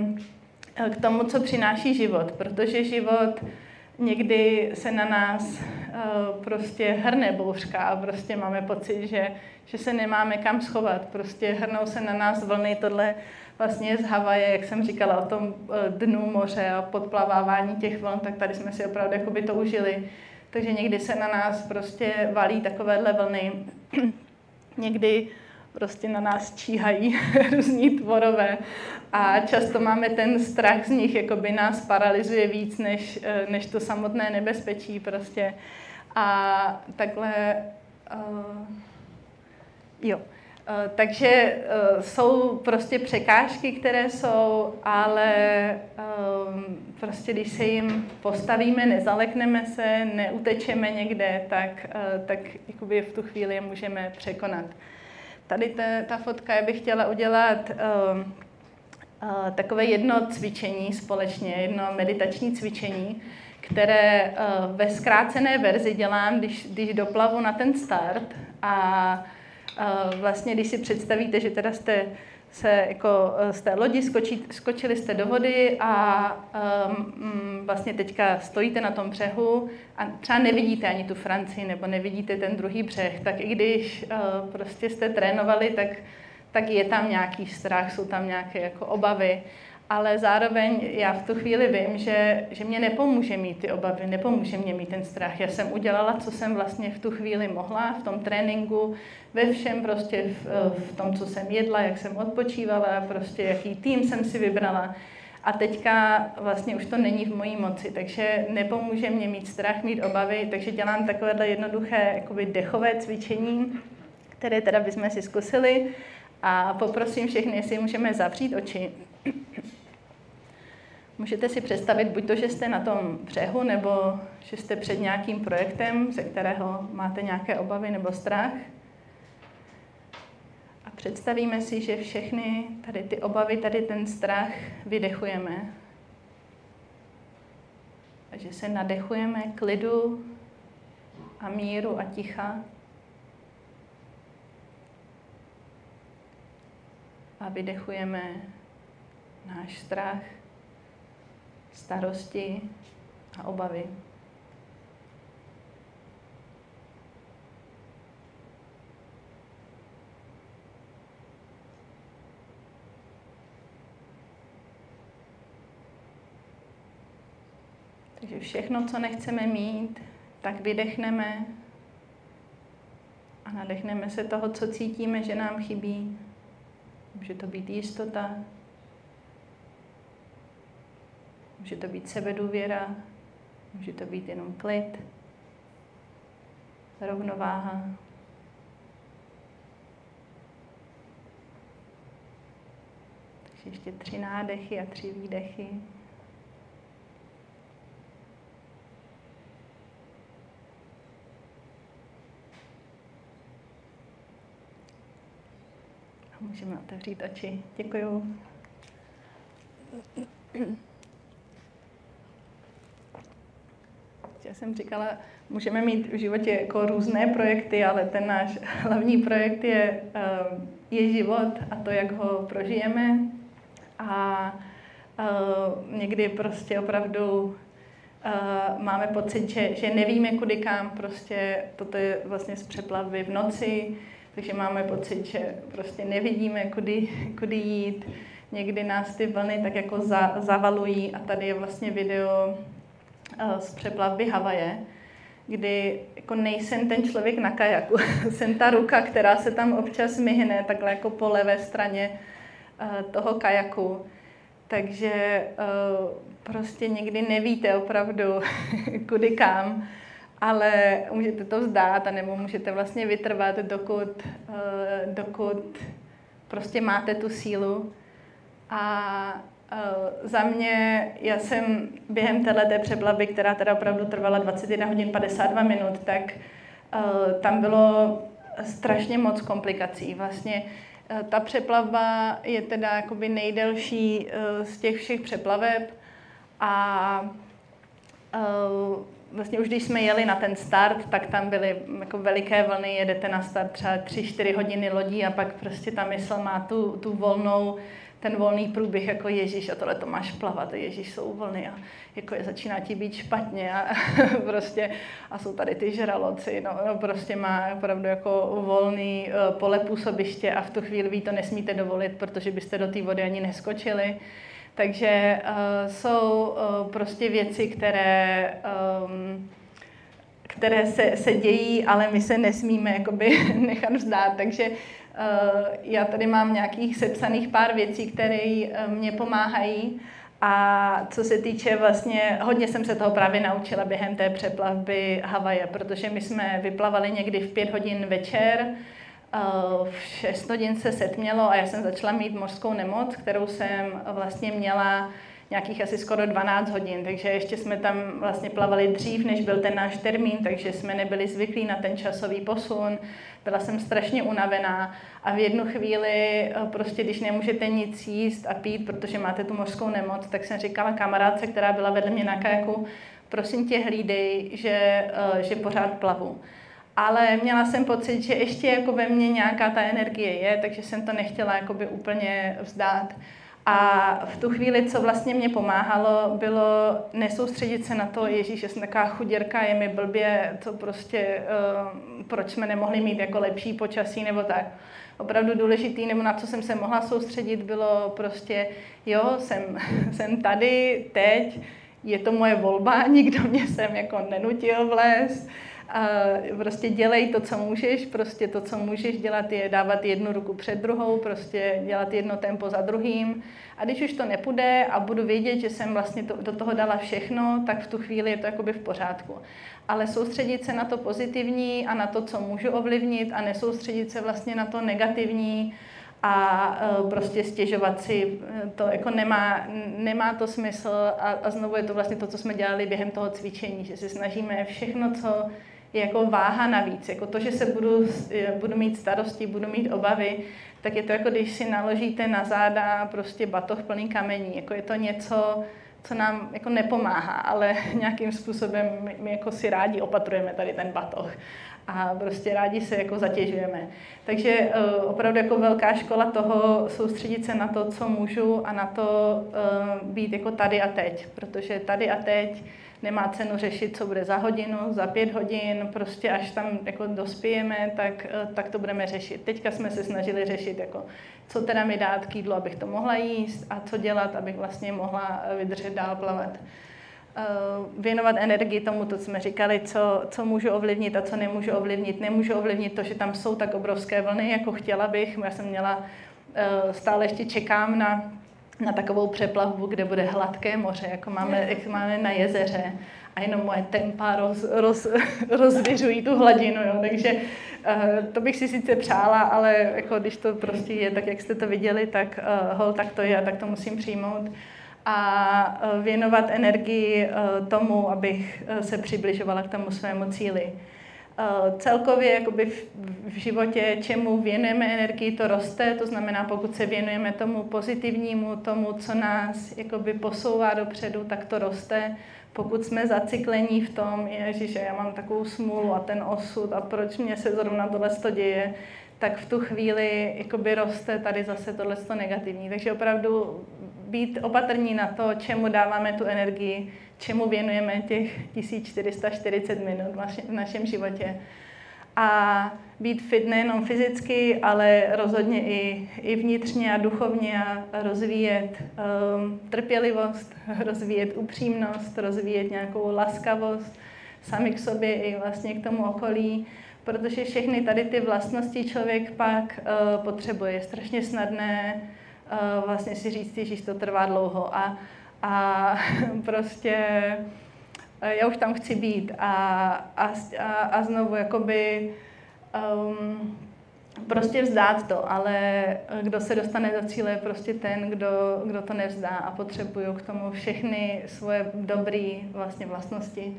k tomu, co přináší život, protože život někdy se na nás prostě hrne bouřka a prostě máme pocit, že se nemáme kam schovat. Prostě hrnou se na nás vlny, tohle vlastně z Havaje, jak jsem říkala o tom dnu moře a podplavávání těch vln, tak tady jsme si opravdu jakoby to užili. Takže někdy se na nás prostě valí takovéhle vlny. Někdy prostě na nás číhají různí tvorové a často máme ten strach z nich, jakoby nás paralyzuje víc, než to samotné nebezpečí prostě. A takhle, takže jsou prostě překážky, které jsou, ale prostě když se jim postavíme, nezalekneme se, neutečeme někde, tak jakoby v tu chvíli je můžeme překonat. Tady ta fotka, já bych chtěla udělat takové jedno cvičení společně, jedno meditační cvičení, které ve zkrácené verzi dělám, když doplavu na ten start a vlastně, když si představíte, že teda jste se jako z té lodi skočili jste do vody a vlastně teďka stojíte na tom břehu a třeba nevidíte ani tu Francii nebo nevidíte ten druhý břeh, tak i když prostě jste trénovali, tak je tam nějaký strach, jsou tam nějaké jako obavy, ale zároveň já v tu chvíli vím, že mě nepomůže mít ty obavy, nepomůže mě mít ten strach. Já jsem udělala, co jsem vlastně v tu chvíli mohla, v tom tréninku, ve všem prostě v tom, co jsem jedla, jak jsem odpočívala, prostě jaký tým jsem si vybrala. A teďka vlastně už to není v mojí moci, takže nepomůže mě mít strach, mít obavy, takže dělám takovéhle jednoduché jakoby dechové cvičení, které teda bychom si zkusili a poprosím všechny, jestli můžeme zavřít oči. Můžete si představit buď to, že jste na tom břehu, nebo že jste před nějakým projektem, ze kterého máte nějaké obavy nebo strach. představíme si, že všechny tady ty obavy, tady ten strach vydechujeme. A že se nadechujeme klidu a míru a ticha. A vydechujeme náš strach, starosti a obavy. Takže všechno, co nechceme mít, tak vydechneme a nadechneme se toho, co cítíme, že nám chybí. Může to být jistota, může to být sebedůvěra, může to být jenom klid, rovnováha. Takže ještě 3 nádechy a 3 výdechy. Můžeme otevřít oči. Děkuju. Já jsem říkala, můžeme mít v životě jako různé projekty, ale ten náš hlavní projekt je život a to, jak ho prožijeme. A někdy prostě opravdu máme pocit, že nevíme kudy kam. Prostě toto je vlastně z přeplavy v noci. Takže máme pocit, že prostě nevidíme, kudy jít. Někdy nás ty vlny tak jako zavalují a tady je vlastně video z přeplavby Havaje, kdy jako nejsem ten člověk na kajaku. Jsem ta ruka, která se tam občas myhne takhle jako po levé straně toho kajaku. Takže prostě někdy nevíte opravdu, kudy kam. Ale můžete to vzdát, anebo můžete vlastně vytrvat, dokud prostě máte tu sílu. A za mě, já jsem během téhleté přeplavy, která teda opravdu trvala 21 hodin 52 minut, tak tam bylo strašně moc komplikací. Vlastně ta přeplavba je teda jakoby nejdelší z těch všech přeplaveb a vlastně už když jsme jeli na ten start, tak tam byly jako veliké vlny, jedete na start třeba 3-4 hodiny lodí a pak prostě ta mysl má ten volný průběh, jako Ježíš, a tohle to máš plavat, Ježíš, jsou vlny a jako začíná ti být špatně a prostě a jsou tady ty žraloci, no prostě má opravdu jako volný pole působiště a v tu chvíli vy to nesmíte dovolit, protože byste do té vody ani neskočili. Takže jsou prostě věci, které se dějí, ale my se nesmíme jakoby nechat vzdát. Takže já tady mám nějakých sepsaných pár věcí, které mě pomáhají. A co se týče vlastně, hodně jsem se toho právě naučila během té přeplavby Havaje, protože my jsme vyplavali někdy v 5 hodin večer, v 6 hodin se setmělo a já jsem začala mít mořskou nemoc, kterou jsem vlastně měla nějakých asi skoro 12 hodin, takže ještě jsme tam vlastně plavali dřív, než byl ten náš termín, takže jsme nebyli zvyklí na ten časový posun. Byla jsem strašně unavená a v jednu chvíli prostě, když nemůžete nic jíst a pít, protože máte tu mořskou nemoc, tak jsem říkala kamarádce, která byla vedle mě na kajaku, prosím tě hlídej, že pořád plavu. Ale měla jsem pocit, že ještě jako ve mně nějaká ta energie je, takže jsem to nechtěla jakoby úplně vzdát. A v tu chvíli, co vlastně mě pomáhalo, bylo nesoustředit se na to, Ježíš, že jsem taková chuděrka, je mi blbě, to prostě, proč jsme nemohli mít jako lepší počasí nebo tak. Opravdu důležitý, nebo na co jsem se mohla soustředit, bylo prostě, jo, jsem tady, teď, je to moje volba, nikdo mě sem jako nenutil vlézt. Prostě dělej to, co můžeš, prostě to, co můžeš dělat, je dávat jednu ruku před druhou, prostě dělat jedno tempo za druhým. A když už to nepůjde a budu vědět, že jsem vlastně do toho dala všechno, tak v tu chvíli je to jakoby v pořádku. Ale soustředit se na to pozitivní a na to, co můžu ovlivnit a nesoustředit se vlastně na to negativní a prostě stěžovat si, to jako nemá to smysl a znovu je to vlastně to, co jsme dělali během toho cvičení, že se snažíme všechno, co je jako váha navíc. Jako to, že se budu mít starosti, budu mít obavy, tak je to jako když si naložíte na záda prostě batoh plný kamení. Jako je to něco, co nám jako nepomáhá, ale nějakým způsobem my jako si rádi opatrujeme tady ten batoh a prostě rádi se jako zatěžujeme. Takže opravdu jako velká škola toho soustředit se na to, co můžu a na to být jako tady a teď, protože tady a teď nemá cenu řešit, co bude za hodinu, za 5 hodin, prostě až tam jako dospějeme, tak to budeme řešit. Teďka jsme se snažili řešit, jako, co teda mi dát k jídlu, abych to mohla jíst a co dělat, abych vlastně mohla vydržet dál plavat. Věnovat energii tomu, to jsme říkali, co můžu ovlivnit a co nemůžu ovlivnit. Nemůžu ovlivnit to, že tam jsou tak obrovské vlny, jako chtěla bych. Já jsem měla, stále ještě čekám na takovou přeplavbu, kde bude hladké moře, jako máme na jezeře a jenom moje tempa rozvěřují tu hladinu, jo. Takže to bych si sice přála, ale jako když to prostě je tak, jak jste to viděli, tak tak to je a tak to musím přijmout. A věnovat energii tomu, abych se přibližovala k tomu svému cíli. Celkově jakoby v životě, čemu věnujeme energii, to roste, to znamená, pokud se věnujeme tomu pozitivnímu, tomu, co nás jakoby posouvá dopředu, tak to roste. Pokud jsme zacyklení v tom, ježiže, já mám takovou smůlu a ten osud a proč mě se zrovna tohle děje, tak v tu chvíli jakoby roste tady zase tohleto negativní. Takže opravdu být opatrní na to, čemu dáváme tu energii, čemu věnujeme těch 1440 minut v našem životě. A být fit nejenom fyzicky, ale rozhodně i vnitřně a duchovně a rozvíjet trpělivost, rozvíjet upřímnost, rozvíjet nějakou laskavost sami k sobě i vlastně k tomu okolí, protože všechny tady ty vlastnosti člověk pak potřebuje. Je strašně snadné vlastně si říct, že to trvá dlouho a prostě já už tam chci být a znovu jakoby prostě vzdát to, ale kdo se dostane do cíle je prostě ten, kdo to nevzdá a potřebuju k tomu všechny svoje dobré vlastně vlastnosti.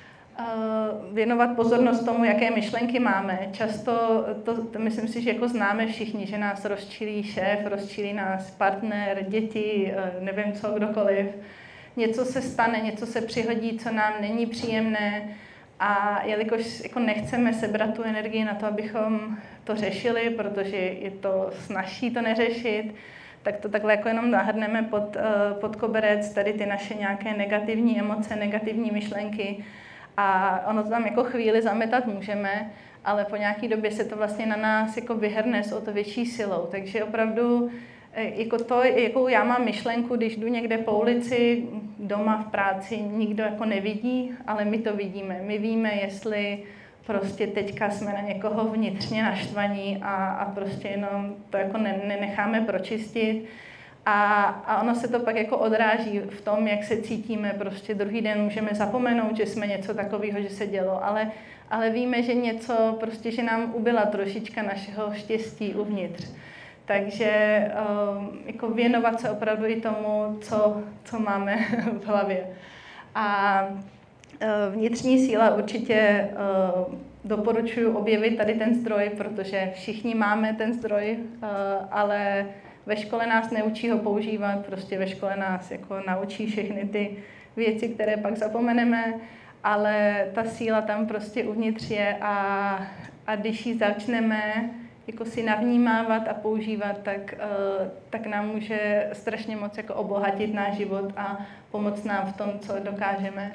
Věnovat pozornost tomu, jaké myšlenky máme. Často to myslím si, že jako známe všichni, že nás rozčílí šéf, rozčílí nás partner, děti, nevím co, kdokoliv. Něco se stane, něco se přihodí, co nám není příjemné a jelikož jako nechceme sebrat tu energii na to, abychom to řešili, protože je to snazší to neřešit, tak to takhle jako jenom nahrneme pod koberec, tady ty naše nějaké negativní emoce, negativní myšlenky. A ono to tam jako chvíli zametat můžeme, ale po nějaké době se to vlastně na nás jako vyhrne s o to větší silou. Takže opravdu jako to, jakou já mám myšlenku, když jdu někde po ulici, doma, v práci, nikdo jako nevidí, ale my to vidíme. My víme, jestli prostě teďka jsme na někoho vnitřně naštvaní a prostě jenom to jako nenecháme pročistit. A ono se to pak jako odráží v tom, jak se cítíme. Prostě druhý den můžeme zapomenout, že jsme něco takového, že se dělo, ale víme, že něco, prostě, že nám ubyla trošička našeho štěstí uvnitř. Takže jako věnovat se opravdu i tomu, co máme v hlavě. A vnitřní síla určitě doporučuji objevit tady ten zdroj, protože všichni máme ten zdroj, ale ve škole nás neučí ho používat, prostě ve škole nás jako naučí všechny ty věci, které pak zapomeneme, ale ta síla tam prostě uvnitř je a když ji začneme jako si navnímávat a používat, tak nám může strašně moc jako obohatit náš život a pomoct nám v tom, co dokážeme.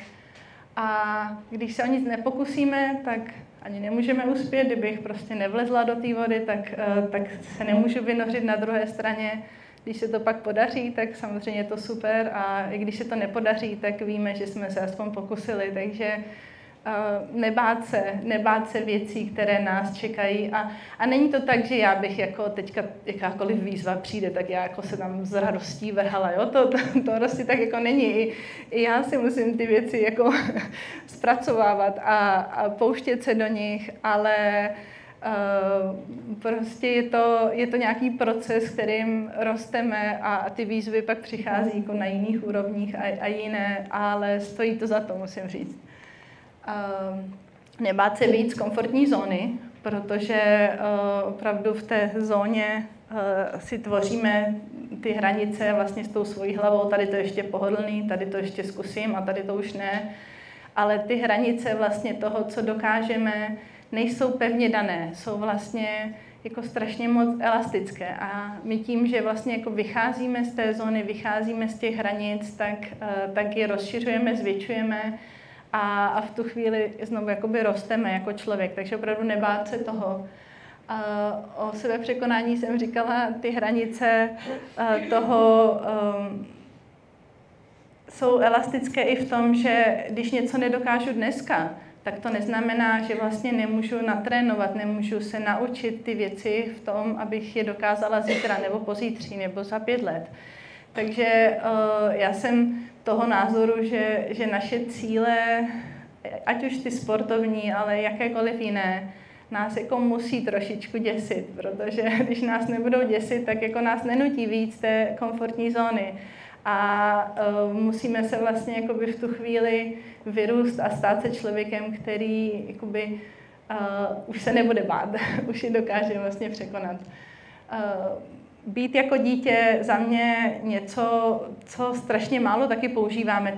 A když se o nic nepokusíme, tak ani nemůžeme uspět. Kdybych prostě nevlezla do té vody, tak se nemůžu vynořit na druhé straně. Když se to pak podaří, tak samozřejmě je to super a i když se to nepodaří, tak víme, že jsme se aspoň pokusili. Takže nebát se věcí, které nás čekají. A není to tak, že já bych jako teďka jakákoliv výzva přijde, tak já jako se tam s radostí vrhala. Jo? To prostě tak jako není. I já si musím ty věci jako zpracovávat a pouštět se do nich, ale prostě je to nějaký proces, kterým rosteme a ty výzvy pak přichází jako na jiných úrovních a jiné, ale stojí to za to, musím říct. nebát se víc komfortní zóny, protože opravdu v té zóně si tvoříme ty hranice vlastně s tou svojí hlavou, tady to ještě pohodlný, tady to ještě zkusím a tady to už ne. Ale ty hranice vlastně toho, co dokážeme, nejsou pevně dané, jsou vlastně jako strašně moc elastické. A my tím, že vlastně jako vycházíme z té zóny, vycházíme z těch hranic, tak je rozšiřujeme, zvětšujeme a v tu chvíli znovu jakoby rosteme jako člověk. Takže opravdu nebát se toho. O sebepřekonání jsem říkala, ty hranice toho jsou elastické i v tom, že když něco nedokážu dneska, tak to neznamená, že vlastně nemůžu natrénovat, nemůžu se naučit ty věci v tom, abych je dokázala zítra nebo pozítří nebo za 5 let. Takže já jsem toho názoru, že naše cíle, ať už ty sportovní, ale jakékoliv jiné, nás jako musí trošičku děsit, protože když nás nebudou děsit, tak jako nás nenutí víc té komfortní zóny. A musíme se vlastně jakoby v tu chvíli vyrůst a stát se člověkem, který jakoby, už se nebude bát, už ji dokáže vlastně překonat. Být jako dítě za mě něco, co strašně málo taky používáme,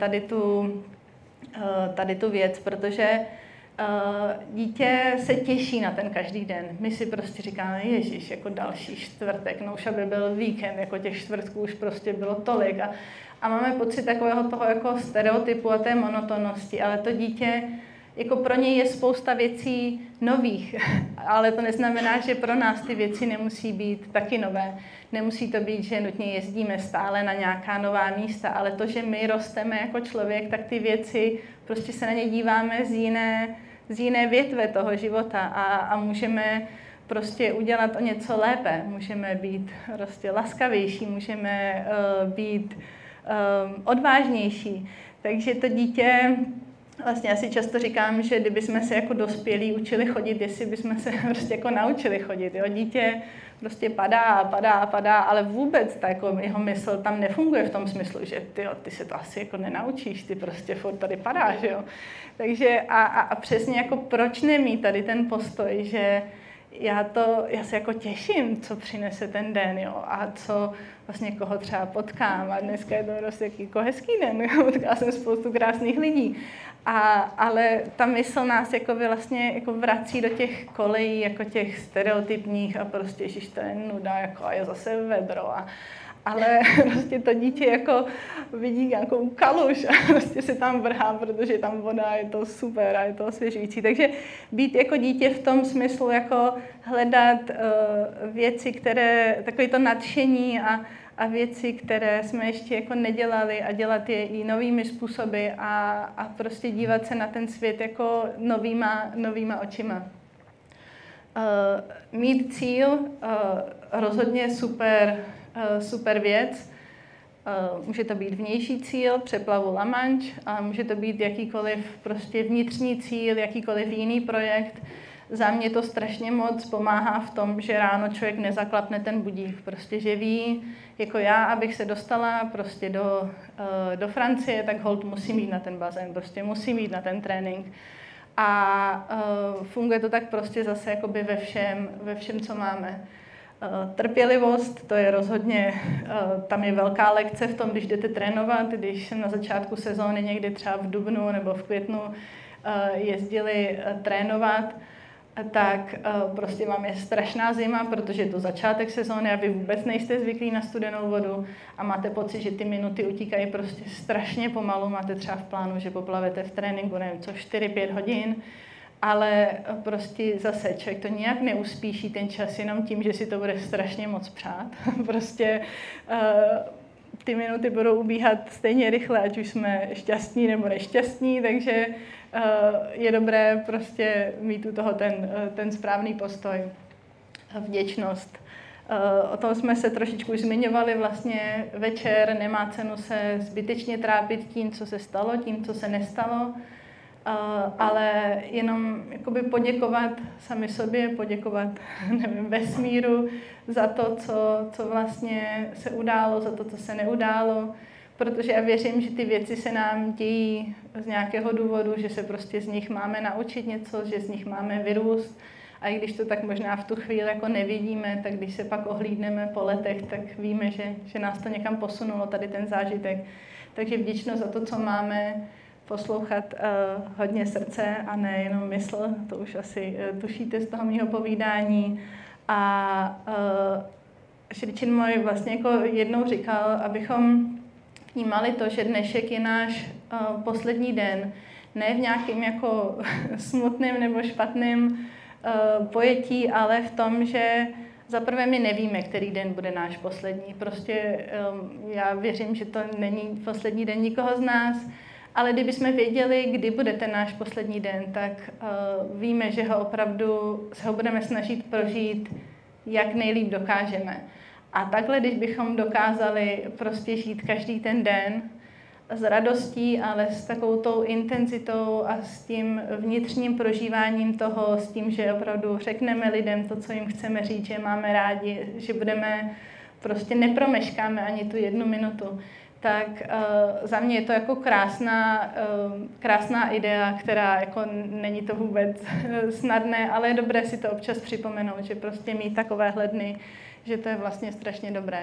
tady tu věc, protože dítě se těší na ten každý den. My si prostě říkáme, ježiš, jako další čtvrtek, no už aby byl víkend, jako těch čtvrtků už prostě bylo tolik. A máme pocit takového toho jako stereotypu a té monotonnosti, ale to dítě, jako pro něj je spousta věcí nových, ale to neznamená, že pro nás ty věci nemusí být taky nové. Nemusí to být, že nutně jezdíme stále na nějaká nová místa, ale to, že my rosteme jako člověk, tak ty věci, prostě se na ně díváme z jiné větve toho života a můžeme prostě udělat o něco lépe. Můžeme být prostě laskavější, můžeme být odvážnější. Takže to dítě, vlastně já si často říkám, že kdyby jsme se jako dospělí učili chodit, jestli bychom se prostě jako naučili chodit. Jo? Dítě prostě padá, ale vůbec ta jako jeho mysl tam nefunguje v tom smyslu, že ty se to asi jako nenaučíš, ty prostě furt tady padáš, jo. Takže a přesně jako proč nemít tady ten postoj, že já se jako těším, co přinese ten den, jo, a co vlastně koho třeba potkám. A dneska je to prostě jako hezký den, jo, potkala jsem spoustu krásných lidí. Ale ta mysl nás jako vlastně jako vrací do těch kolejí, jako těch stereotypních a prostě, ježiš, to je nuda, jako a je zase vedro. Ale prostě to dítě jako vidí nějakou kaluž a prostě se tam vrhá, protože je tam voda, je to super a je to osvěžující. Takže být jako dítě v tom smyslu jako hledat věci, které, takové to nadšení a věci, které jsme ještě jako nedělali a dělat je i novými způsoby a prostě dívat se na ten svět jako novýma očima. Mít cíl rozhodně super věc. Může to být vnější cíl, přeplavu La Manche, ale může to být jakýkoliv prostě vnitřní cíl, jakýkoliv jiný projekt. Za mě to strašně moc pomáhá v tom, že ráno člověk nezaklapne ten budík, prostě že ví, jako já, abych se dostala prostě do Francie, tak holt musím jít na ten bazén, prostě musím jít na ten trénink. A funguje to tak prostě zase jakoby ve všem, co máme. Trpělivost, to je rozhodně, tam je velká lekce v tom, když jdete trénovat, když jsem na začátku sezóny někdy třeba v dubnu nebo v květnu jezdili trénovat, tak prostě vám je strašná zima, protože je to začátek sezóny a vy vůbec nejste zvyklí na studenou vodu a máte pocit, že ty minuty utíkají prostě strašně pomalu. Máte třeba v plánu, že poplavete v tréninku, nevím co, 4-5 hodin, ale prostě zase člověk to nijak neuspíší ten čas jenom tím, že si to bude strašně moc přát. Prostě ty minuty budou ubíhat stejně rychle, ať už jsme šťastní nebo nešťastní, takže je dobré prostě mít u toho ten správný postoj. Vděčnost. O tom jsme se trošičku už zmiňovali vlastně večer, nemá cenu se zbytečně trápit tím, co se stalo, tím, co se nestalo, ale jenom jakoby poděkovat sami sobě, poděkovat vesmíru za to, co vlastně se událo, za to, co se neudálo, protože já věřím, že ty věci se nám dějí z nějakého důvodu, že se prostě z nich máme naučit něco, že z nich máme vyrůst. A i když to tak možná v tu chvíli jako nevidíme, tak když se pak ohlídneme po letech, tak víme, že nás to někam posunulo, tady ten zážitek. Takže vděčnost za to, co máme, poslouchat hodně srdce a ne jenom mysl, to už asi tušíte z toho mýho povídání. A Sri Chinmoy vlastně jako jednou říkal, abychom vnímali to, že dnešek je náš poslední den, ne v nějakým jako smutným nebo špatným pojetí, ale v tom, že zaprvé my nevíme, který den bude náš poslední. Prostě já věřím, že to není poslední den nikoho z nás, ale kdybychom věděli, kdy bude ten náš poslední den, tak víme, že ho opravdu se ho budeme snažit prožít, jak nejlíp dokážeme. A takhle, když bychom dokázali prostě žít každý ten den s radostí, ale s takovou tou intenzitou a s tím vnitřním prožíváním toho, s tím, že opravdu řekneme lidem to, co jim chceme říct, že máme rádi, že budeme, prostě nepromeškáme ani tu 1 minutu, tak za mě je to jako krásná idea, která jako není to vůbec snadné, ale je dobré si to občas připomenout, že prostě mít takovéhle dny, že to je vlastně strašně dobré.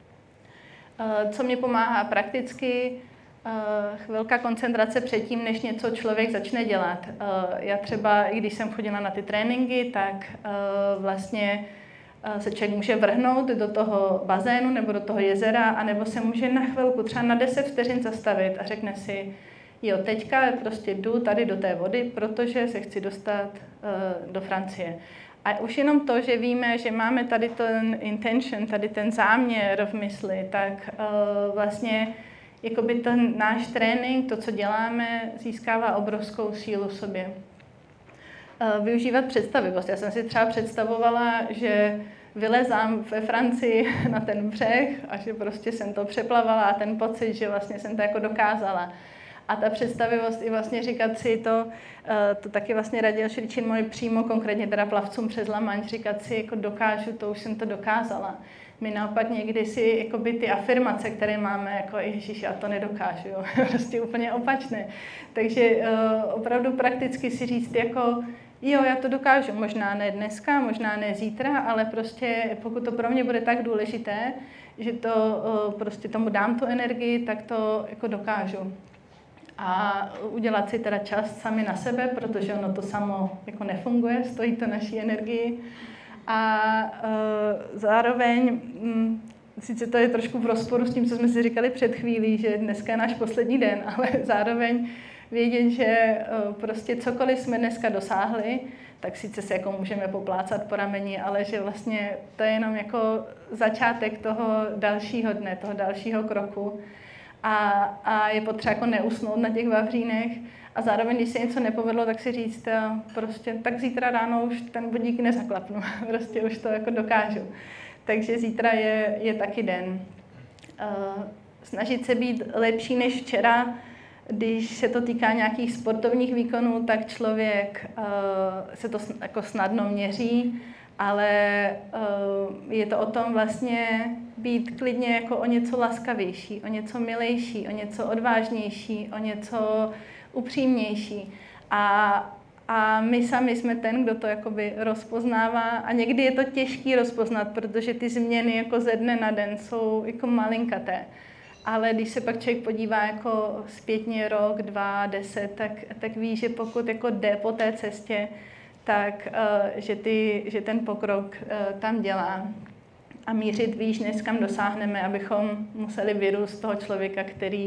Co mě pomáhá prakticky, chvilka koncentrace předtím, než něco člověk začne dělat. Já třeba, i když jsem chodila na ty tréninky, tak vlastně se člověk může vrhnout do toho bazénu nebo do toho jezera, anebo se může na chvilku, třeba na 10 vteřin zastavit a řekne si, jo, teďka prostě jdu tady do té vody, protože se chci dostat do Francie. A už jenom to, že víme, že máme tady ten intention, tady ten záměr v mysli, tak vlastně jakoby ten náš trénink, to, co děláme, získává obrovskou sílu v sobě. Využívat představivost. Já jsem si třeba představovala, že vylezám ve Francii na ten břeh a že prostě jsem to přeplavala a ten pocit, že vlastně jsem to jako dokázala. A ta představivost i vlastně říkat si to taky vlastně radil Sri Chinmoy přímo konkrétně teda plavcům přes La Manche, říkat si jako dokážu, to už jsem to dokázala. My naopak někdy si jakoby ty afirmace, které máme, jako Ježíš, já to nedokážu, jo. Prostě úplně opačné. Takže opravdu prakticky si říct jako jo, já to dokážu, možná ne dneska, možná ne zítra, ale prostě pokud to pro mě bude tak důležité, že to prostě tomu dám tu energii, tak to jako dokážu. A udělat si teda čas sami na sebe, protože ono to samo jako nefunguje, stojí to naší energii. A zároveň, sice to je trošku v rozporu s tím, co jsme si říkali před chvílí, že dneska je náš poslední den, ale zároveň vědět, že prostě cokoliv jsme dneska dosáhli, tak sice se jako můžeme poplácat po rameni, ale že vlastně to je jenom jako začátek toho dalšího dne, toho dalšího kroku. A je potřeba jako neusnout na těch vavřínech a zároveň, když se něco nepovedlo, tak si říct prostě, tak zítra ráno už ten budík nezaklapnu, prostě už to jako dokážu. Takže zítra je taky den. Snažit se být lepší než včera, když se to týká nějakých sportovních výkonů, tak člověk se to jako snadno měří, ale je to o tom vlastně být klidně jako o něco laskavější, o něco milejší, o něco odvážnější, o něco upřímnější. A my sami jsme ten, kdo to jakoby rozpoznává a někdy je to těžký rozpoznat, protože ty změny jako ze dne na den jsou jako malinkaté. Ale když se pak člověk podívá jako zpětně rok, 2, 10, tak ví, že pokud jako jde po té cestě, tak že ten pokrok tam dělá. A mířit výš, než kam dosáhneme, abychom museli vyrůst toho člověka,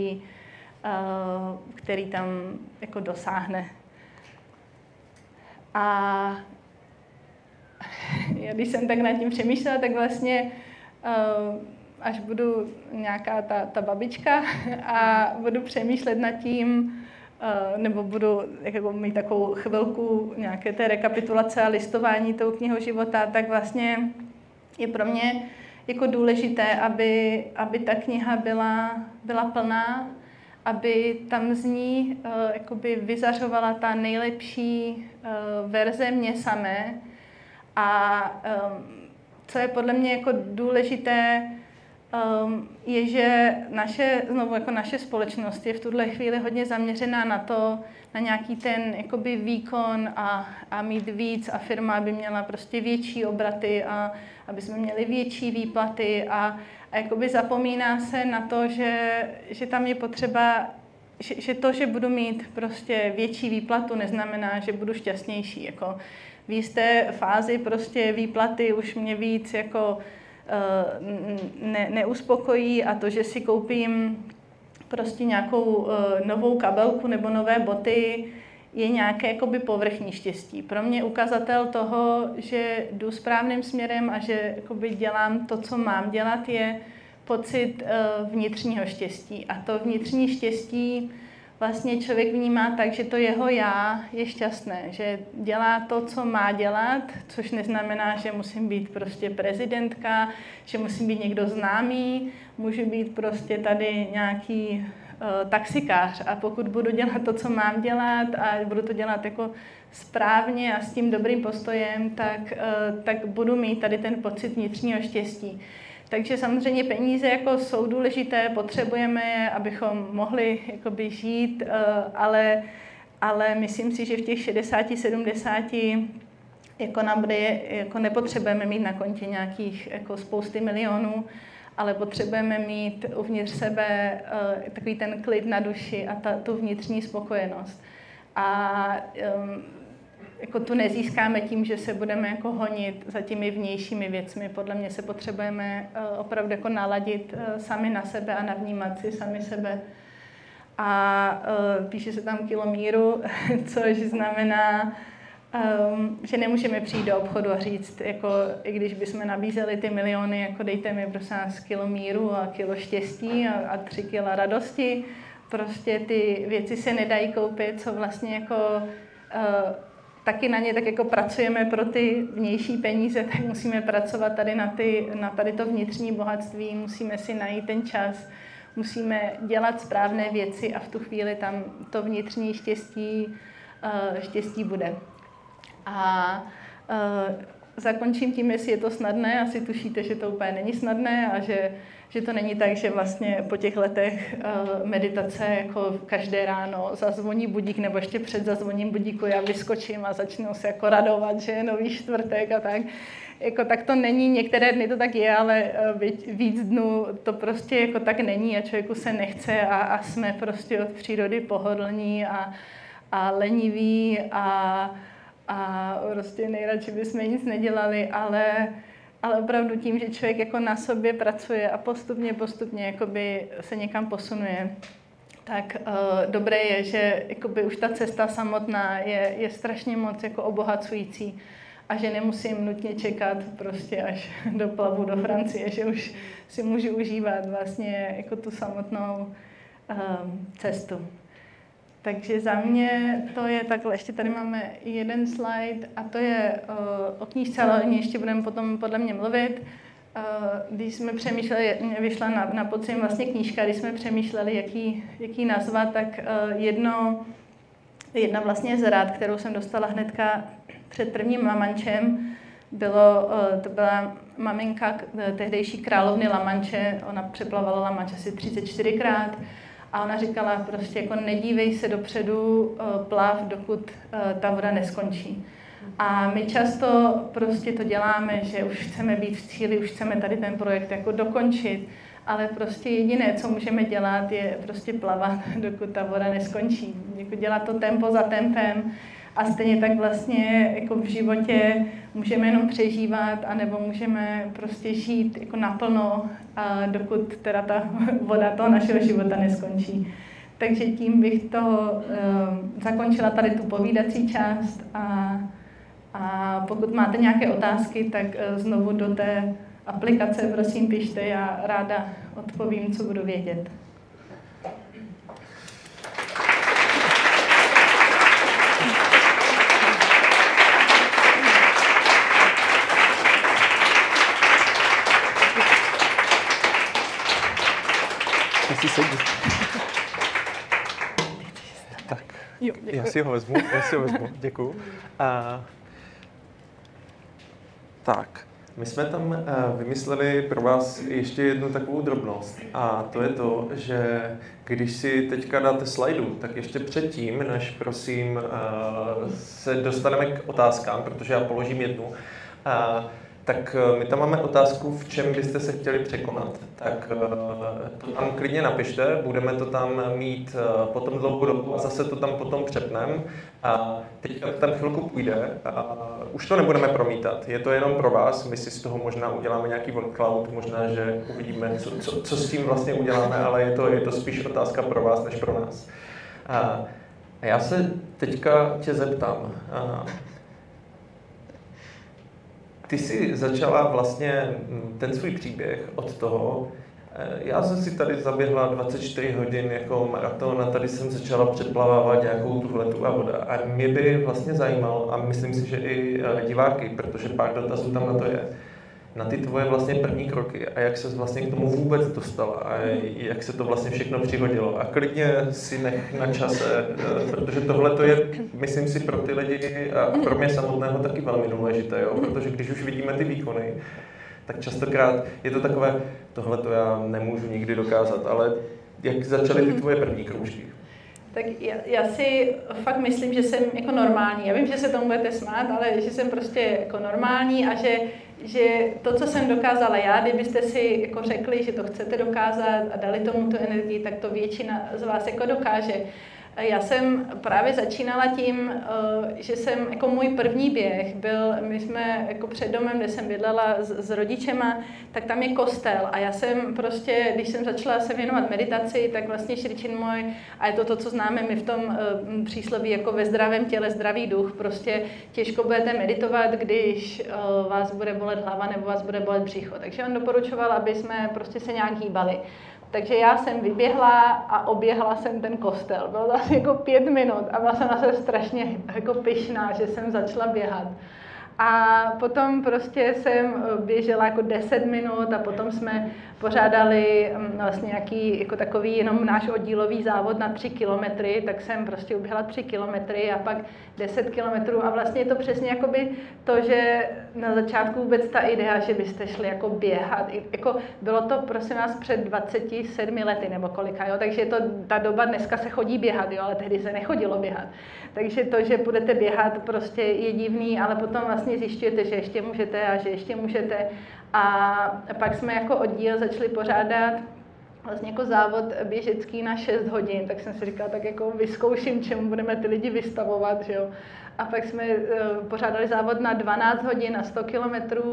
který tam jako dosáhne. A já, když jsem tak nad tím přemýšlela, tak vlastně až budu nějaká ta babička a budu přemýšlet nad tím, nebo budu jako mít takovou chvilku nějaké té rekapitulace a listování tou knihou života, tak vlastně je pro mě jako důležité, aby ta kniha byla plná, aby tam z ní jakoby vyzařovala ta nejlepší verze mě samé. A co je podle mě jako důležité, je, že naše společnost je v tuhle chvíli hodně zaměřená na to, na nějaký ten jakoby výkon a mít víc a firma by měla prostě větší obraty a aby jsme měli větší výplaty a jakoby zapomíná se na to, že tam je potřeba, že to, že budu mít prostě větší výplatu, neznamená, že budu šťastnější. Jako v jisté fázi prostě výplaty už mě víc jako neuspokojí a to, že si koupím prostě nějakou novou kabelku nebo nové boty, je nějaké jakoby povrchní štěstí. Pro mě ukazatel toho, že jdu správným směrem a že jakoby dělám to, co mám dělat, je pocit vnitřního štěstí. A to vnitřní štěstí vlastně člověk vnímá tak, že to jeho já je šťastné, že dělá to, co má dělat, což neznamená, že musím být prostě prezidentka, že musím být někdo známý, může být prostě tady nějaký taxikář a pokud budu dělat to, co mám dělat a budu to dělat jako správně a s tím dobrým postojem, tak budu mít tady ten pocit vnitřního štěstí. Takže samozřejmě peníze jako jsou důležité, potřebujeme je, abychom mohli jakoby žít, ale myslím si, že v těch 60, 70 jako nám bude, jako nepotřebujeme mít na kontě nějakých jako spousty milionů, ale potřebujeme mít uvnitř sebe takový ten klid na duši a tu vnitřní spokojenost. A jako tu nezískáme tím, že se budeme jako honit za těmi vnějšími věcmi. Podle mě se potřebujeme opravdu jako naladit sami na sebe a navnímat si sami sebe. A píše se tam kilo míru, což znamená, že nemůžeme přijít do obchodu a říct, jako, i když bychom nabízeli ty miliony, jako dejte mi prosím nás kilo míru a kilo štěstí a 3 kila radosti. Prostě ty věci se nedají koupit, co vlastně jako taky na ně tak jako pracujeme pro ty vnější peníze, tak musíme pracovat tady na tady to vnitřní bohatství, musíme si najít ten čas, musíme dělat správné věci a v tu chvíli tam to vnitřní štěstí bude. A zakončím tím, jestli je to snadné, asi tušíte, že to úplně není snadné a že to není tak, že vlastně po těch letech meditace jako každé ráno zazvoní budík nebo ještě před zazvoním budíku já vyskočím a začnu se jako radovat, že je nový čtvrtek a tak. Jako tak to není, některé dny to tak je, ale víc dnů to prostě jako tak není a člověku se nechce a jsme prostě od přírody pohodlní a leniví a prostě nejradši bychom nic nedělali, ale opravdu tím, že člověk jako na sobě pracuje a postupně jakoby se někam posunuje, tak dobré je, že jakoby už ta cesta samotná je strašně moc jako obohacující a že nemusím nutně čekat prostě až doplavu do Francie, že už si můžu užívat vlastně jako tu samotnou cestu. Takže za mě to je takhle, ještě tady máme jeden slide a to je o knížce, ale o ní ještě budeme potom podle mě mluvit. Když jsme přemýšleli, vyšla na podzim vlastně knížka, když jsme přemýšleli, jaký nazvat, tak jedna vlastně z rad, kterou jsem dostala hnedka před prvním Lamančem, to byla maminka tehdejší královny Lamanče, ona přeplavala Lamanč asi 34krát, a ona říkala prostě jako nedívej se dopředu, plav, dokud ta voda neskončí. A my často prostě to děláme, že už chceme být v cíli, už chceme tady ten projekt jako dokončit, ale prostě jediné, co můžeme dělat, je prostě plavat, dokud ta voda neskončí. Jako dělat to tempo za tempem a stejně tak vlastně jako v životě můžeme jenom přežívat, anebo můžeme prostě žít jako naplno, dokud teda ta voda toho našeho života neskončí. Takže tím bych to zakončila tady tu povídací část a pokud máte nějaké otázky, tak znovu do té aplikace prosím pište, já ráda odpovím, co budu vědět. Tak, jo, já si ho vezmu, děkuju. Tak, My jsme tam vymysleli pro vás ještě jednu takovou drobnost a to je to, že když si teďka dáte slajdu, tak ještě předtím, než prosím se dostaneme k otázkám, protože já položím jednu, tak my tam máme otázku, v čem byste se chtěli překonat. Tak to tam klidně napište, budeme to tam mít potom dlouhou dobu a zase to tam potom přepneme. A teďka tam chvilku půjde, už to nebudeme promítat, je to jenom pro vás, my si z toho možná uděláme nějaký workcloud, možná, že uvidíme, co s tím vlastně uděláme, ale je to spíš otázka pro vás, než pro nás. A já se teďka tě zeptám, ty jsi začala vlastně ten svůj příběh od toho, já jsem si tady zaběhla 24 hodin jako maraton a tady jsem začala přeplavávat nějakou tuhletu a voda. A mě by vlastně zajímalo, a myslím si, že i diváky, protože pár dotazů tam na to je, na ty tvoje vlastně první kroky a jak se vlastně k tomu vůbec dostala a jak se to vlastně všechno přihodilo. A klidně si nech na čase, protože tohle to je, myslím si, pro ty lidi a pro mě samotného taky velmi důležité, jo? Protože když už vidíme ty výkony, tak častokrát je to takové, tohle to já nemůžu nikdy dokázat, ale jak začaly ty tvoje první kroužky? Tak já si fakt myslím, že jsem jako normální. Já vím, že se tomu budete smát, ale že jsem prostě jako normální a že to, co jsem dokázala já, kdybyste si jako řekli, že to chcete dokázat a dali tomu tu energii, tak to většina z vás jako dokáže. Já jsem právě začínala tím, že jsem, jako můj první běh byl, my jsme jako před domem, kde jsem bydlela s rodičema, tak tam je kostel a já jsem prostě, když jsem začala se věnovat meditaci, tak vlastně širčin můj, a je to, co známe my v tom přísloví, jako ve zdravém těle zdravý duch, prostě těžko budete meditovat, když vás bude bolet hlava nebo vás bude bolet břicho. Takže on doporučoval, aby jsme prostě se nějak hýbali. Takže já jsem vyběhla a oběhla jsem ten kostel. Bylo to asi jako 5 minut a byla jsem na sebe strašně jako pyšná, že jsem začala běhat. A potom prostě jsem běžela jako 10 minut a potom jsme pořádali vlastně nějaký jako takový jenom náš oddílový závod na 3 kilometry, tak jsem prostě uběhla 3 kilometry a pak 10 kilometrů a vlastně je to přesně jakoby to, že na začátku vůbec ta idea, že byste šli jako běhat, jako bylo to prosím nás před 27 lety nebo kolika, jo, takže je to ta doba, dneska se chodí běhat, jo, ale tehdy se nechodilo běhat. Takže to, že budete běhat, prostě je divný, ale potom vlastně zjišťujete, že ještě můžete a že ještě můžete. A pak jsme jako oddíl začali pořádat vlastně jako závod běžecký na 6 hodin, tak jsem si říkala, tak jako vyzkouším, čemu budeme ty lidi vystavovat, že jo. A pak jsme pořádali závod na 12 hodin, na 100 kilometrů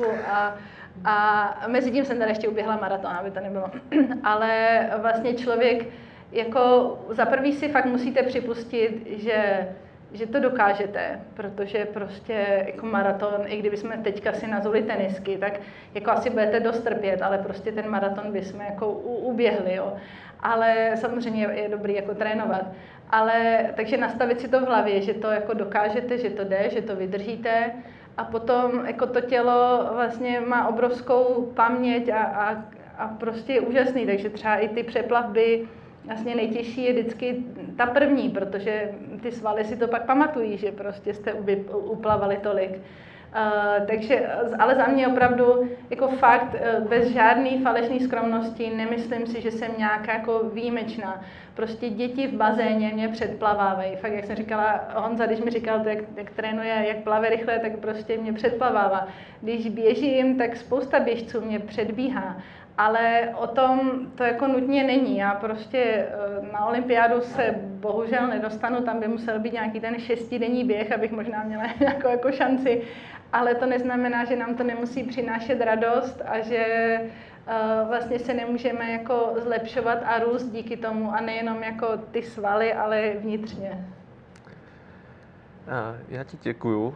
a mezi tím jsem tady ještě uběhla maraton, aby to nebylo. Ale vlastně člověk jako za prvý si fakt musíte připustit, že to dokážete, protože prostě jako maraton, i kdybychom teďka si nazvali tenisky, tak jako asi budete dost trpět, ale prostě ten maraton bychom jako uběhli, jo. Ale samozřejmě je dobrý jako trénovat. Ale takže nastavit si to v hlavě, že to jako dokážete, že to jde, že to vydržíte a potom jako to tělo vlastně má obrovskou paměť a prostě je úžasný, takže třeba i ty přeplavby, vlastně nejtěžší je vždycky ta první, protože ty svaly si to pak pamatují, že prostě jste uplavali tolik. Takže, ale za mě opravdu jako fakt bez žádný falešné skromnosti, nemyslím si, že jsem nějaká jako výjimečná. Prostě děti v bazéně mě předplavávají. Fakt, jak jsem říkala, Honza, když mi říkal, to, jak trénuje, jak plave rychle, tak prostě mě předplavává. Když běžím, tak spousta běžců mě předbíhá. Ale o tom to jako nutně není. Já prostě na olympiádu se bohužel nedostanu, tam by musel být nějaký ten 6denní běh, abych možná měla nějakou jako šanci. Ale to neznamená, že nám to nemusí přinášet radost a že vlastně se nemůžeme jako zlepšovat a růst díky tomu a nejenom jako ty svaly, ale vnitřně. Já ti děkuju.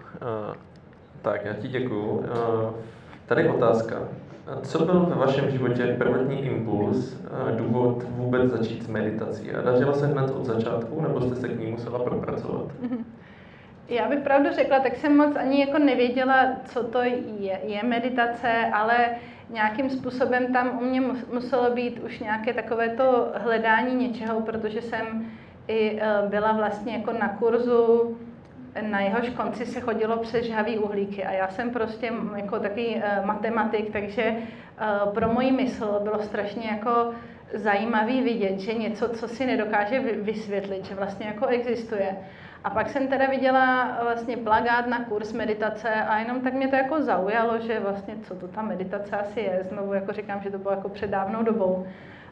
Tady otázka. Co byl ve vašem životě prvotní impuls, důvod vůbec začít s meditací? A dařilo se hned od začátku, nebo jste se k ní musela propracovat? Já bych pravdu řekla, tak jsem moc ani jako nevěděla, co to je meditace, ale nějakým způsobem tam u mě muselo být už nějaké takové to hledání něčeho, protože jsem i byla vlastně jako na kurzu na jehož konci se chodilo přes žhavý uhlíky a já jsem prostě jako takový matematik, takže pro moji mysl bylo strašně jako zajímavý vidět, že něco, co si nedokáže vysvětlit, že vlastně jako existuje. A pak jsem teda viděla vlastně plakát na kurz meditace a jenom tak mě to jako zaujalo, že vlastně co to ta meditace asi je. Znovu jako říkám, že to bylo jako před dávnou dobou.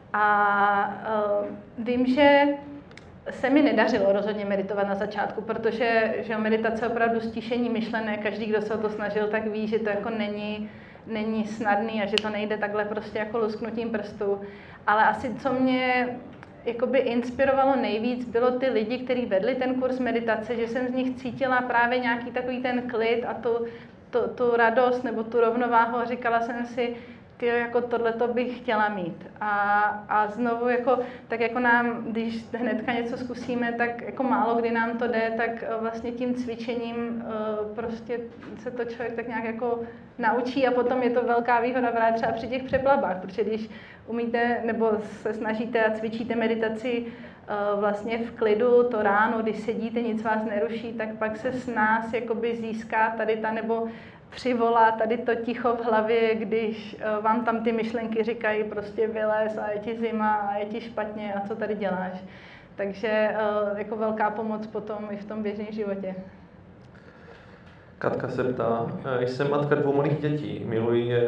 A vím, že se mi nedařilo rozhodně meditovat na začátku, protože že meditace je opravdu stišení myšlenek, každý, kdo se o to snažil, tak ví, že to jako není snadný a že to nejde takhle prostě jako lusknutím prstů. Ale asi co mě jakoby inspirovalo nejvíc, bylo ty lidi, kteří vedli ten kurz meditace, že jsem z nich cítila právě nějaký takový ten klid a tu radost nebo tu rovnováhu a říkala jsem si, tyjo, jako tohleto bych chtěla mít. A znovu, jako, tak jako nám, když hnedka něco zkusíme, tak jako málo kdy nám to jde, tak vlastně tím cvičením prostě se to člověk tak nějak jako naučí a potom je to velká výhoda právě třeba při těch přeplavách, protože když umíte nebo se snažíte a cvičíte meditaci vlastně v klidu, to ráno, když sedíte, nic vás neruší, tak pak se s nás jakoby získá tady ta nebo přivolá tady to ticho v hlavě, když vám tam ty myšlenky říkají prostě vylez a je ti zima a je ti špatně a co tady děláš. Takže jako velká pomoc potom i v tom běžném životě. Katka se ptá, jsem matka 2 malých dětí, miluji je,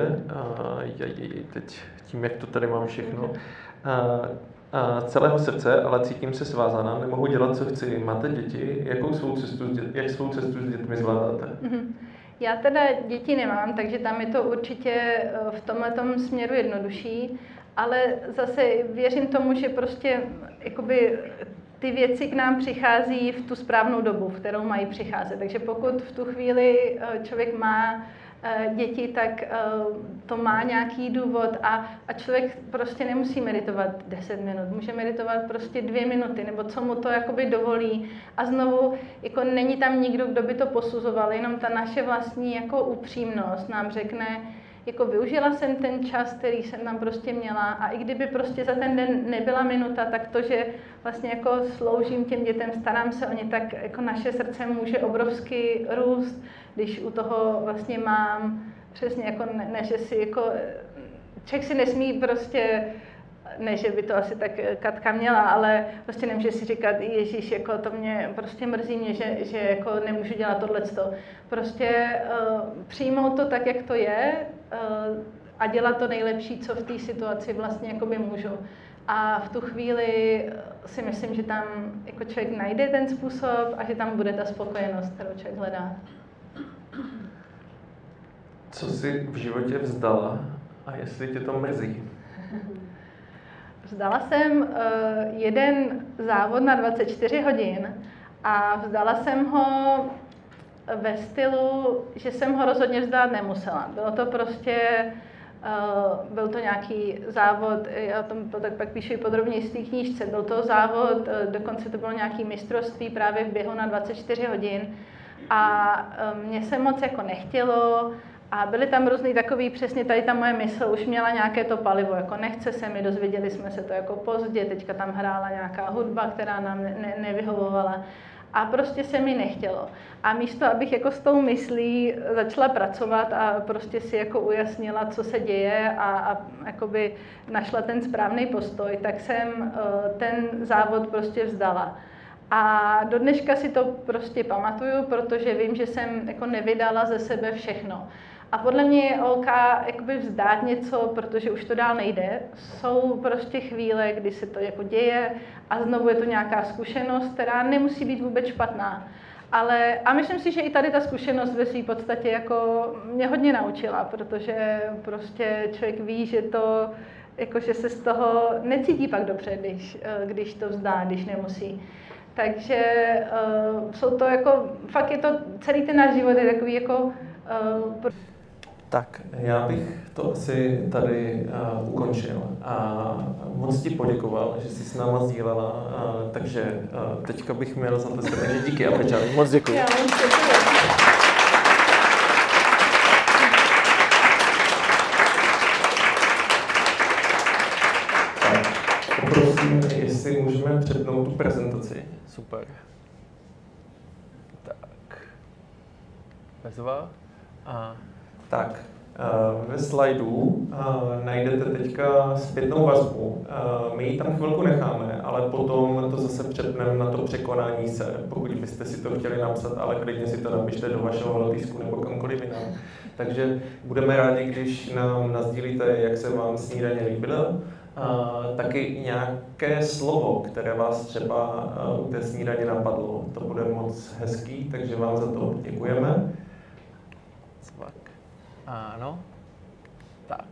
teď tím, jak to tady mám všechno, celého srdce, ale cítím se svázaná, nemohu dělat, co chci. Máte děti, jak svou cestu s dětmi zvládáte? Já teda děti nemám, takže tam je to určitě v tomhletom směru jednodušší, ale zase věřím tomu, že prostě jakoby ty věci k nám přichází v tu správnou dobu, v kterou mají přicházet. Takže pokud v tu chvíli člověk má děti, tak to má nějaký důvod a člověk prostě nemusí meditovat 10 minut, může meditovat prostě 2 minuty, nebo co mu to jakoby dovolí. A znovu, jako není tam nikdo, kdo by to posuzoval, jenom ta naše vlastní jako upřímnost nám řekne, jako využila jsem ten čas, který jsem tam prostě měla a i kdyby prostě za ten den nebyla minuta, tak to, že vlastně jako sloužím těm dětem, starám se o ně, tak jako naše srdce může obrovsky růst, když u toho vlastně mám přesně jako ne že si jako, člověk si nesmí prostě, ne, že by to asi tak Katka měla, ale prostě nemůže si říkat, Ježíš, jako to mě prostě mrzí mě, že jako nemůžu dělat tohleto. Prostě přijmout to tak, jak to je a dělat to nejlepší, co v té situaci vlastně jakoby můžu. A v tu chvíli si myslím, že tam jako člověk najde ten způsob a že tam bude ta spokojenost, kterou člověk hledá. Co jsi v životě vzdala a jestli tě to mrzí? Vzdala jsem jeden závod na 24 hodin a vzdala jsem ho ve stylu, že jsem ho rozhodně vzdát nemusela. Bylo to prostě, byl to nějaký závod, já o tom tak pak píšu i podrobněji z té knížce, byl to závod, dokonce to bylo nějaké mistrovství právě v běhu na 24 hodin a mě se moc jako nechtělo. A byly tam různý takový, přesně tady ta moje mysl už měla nějaké to palivo, jako nechce se mi, dozvěděli jsme se to jako pozdě, teďka tam hrála nějaká hudba, která nám nevyhovovala a prostě se mi nechtělo. A místo, abych jako s tou myslí začala pracovat a prostě si jako ujasnila, co se děje a jakoby našla ten správný postoj, tak jsem ten závod prostě vzdala. A do dneška si to prostě pamatuju, protože vím, že jsem jako nevydala ze sebe všechno. A podle mě je OK jakoby vzdát něco, protože už to dál nejde. Jsou prostě chvíle, kdy se to jako děje a znovu je to nějaká zkušenost, která nemusí být vůbec špatná. A myslím si, že i tady ta zkušenost ve své podstatě jako mě hodně naučila, protože prostě člověk ví, že to, jako že se z toho necítí pak dobře, když to vzdá, když nemusí. Takže jsou to jako, fakt je to, celý ten náš život je takový jako... Tak, já bych to asi tady ukončil a moc ti poděkoval, že jsi s náma sdílela, takže teďka bych měl za to sebe, že díky, Apečány, moc děkuji. Já moc děkuji. Poprosím, jestli můžeme přednout tu prezentaci. Super. Tak. bezva. A Tak, ve slajdu najdete teďka zpětnou vazbu. My ji tam chvilku necháme, ale potom to zase přepneme na to překonání se. Pokud byste si to chtěli napsat, ale klidně si to napište do vašeho letisku nebo kamkoliv jinam. Takže budeme rádi, když nám nasdílíte, jak se vám snídaně líbilo. Taky nějaké slovo, které vás třeba u té snídaně napadlo. To bude moc hezký, takže vám za to děkujeme. Zvak. Ano. Tak.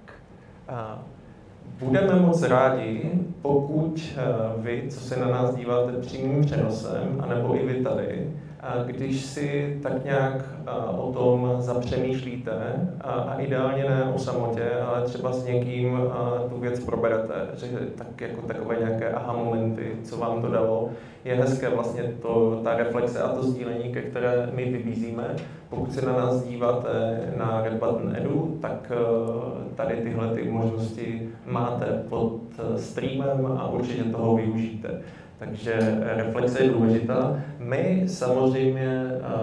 Budeme moc rádi, pokud vy, co se na nás díváte přímým přenosem, anebo i vy tady, když si tak nějak o tom zapřemýšlíte a ideálně ne o samotě, ale třeba s někým tu věc proberete, že tak jako takové nějaké aha momenty, co vám to dalo, je hezké vlastně ta reflexe a to sdílení, ke které my vybízíme. Pokud se na nás díváte na Red Button Edu, tak tady tyhle ty možnosti máte pod streamem a určitě toho využijte. Takže reflexe je důležitá. My samozřejmě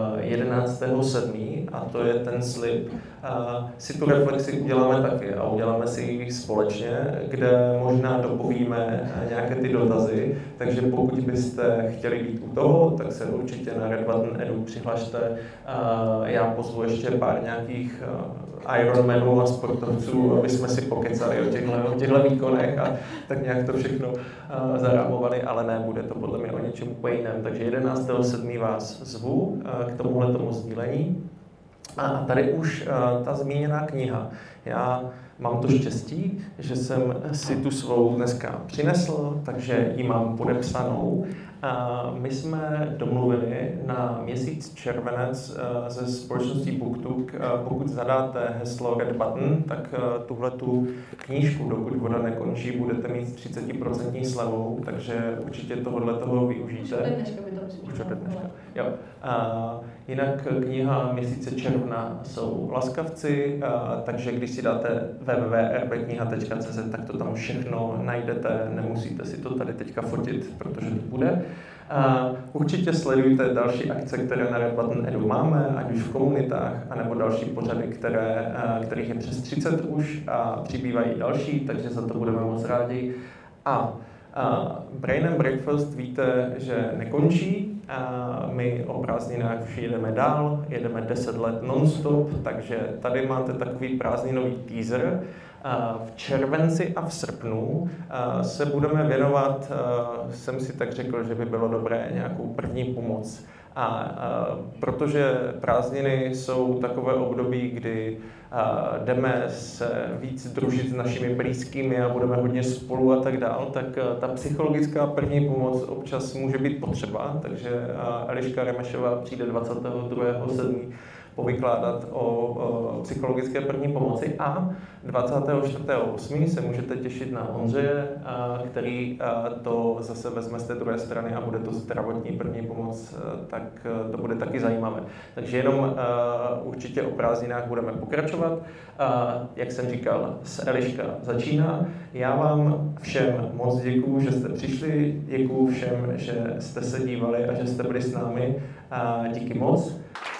11.7., a to je ten slib, si tu reflexi uděláme taky a uděláme si ji společně, kde možná dopovíme nějaké ty dotazy. Takže pokud byste chtěli být u toho, tak se určitě na Red Button Edu přihlašte. Já pozvu ještě pár nějakých Ironmanů a sportovců, aby jsme si pokecali o těchto výkonech a tak nějak to všechno zarámovali, ale ne, bude to podle mě o něčem úplně jiném. Takže 11.7. vás zvu k tomuhletomu sdílení. A tady už ta zmíněná kniha. Já mám to štěstí, že jsem si tu svou dneska přinesl, takže ji mám podepsanou. My jsme domluvili na měsíc červenec ze společností BookTok. Pokud zadáte heslo Red Button, tak tuhletu knížku, dokud voda nekončí, budete mít s 30% slevou, takže určitě toho využijte. Už od dneška. Jo. Jinak kniha měsíce června jsou Laskavci, takže když si dáte www.rbkniha.cz, tak to tam všechno najdete, nemusíte si to tady teďka fotit, protože to bude. Určitě sledujte další akce, které na Red Button Edu máme, ať už v komunitách, anebo další pořady, kterých je přes 30 už a přibývají další, takže za to budeme moc rádi. Brain and Breakfast víte, že nekončí. My o prázdninách už jedeme dál, jedeme 10 let non-stop, takže tady máte takový prázdninový teaser. V červenci a v srpnu se budeme věnovat, jsem si tak řekl, že by bylo dobré nějakou první pomoc. Protože prázdniny jsou takové období, kdy jdeme se víc družit s našimi blízkými a budeme hodně spolu a tak dál, tak ta psychologická první pomoc občas může být potřeba, takže Eliška Remešová přijde 22.7. povykládat o psychologické první pomoci a 24.8. se můžete těšit na Ondřeje, který to zase vezme z té druhé strany a bude to zdravotní první pomoc, tak to bude taky zajímavé. Takže jenom určitě o prázdninách budeme pokračovat. Jak jsem říkal, s Eliška začíná. Já vám všem moc děkuju, že jste přišli, děkuju všem, že jste se dívali a že jste byli s námi. Díky moc.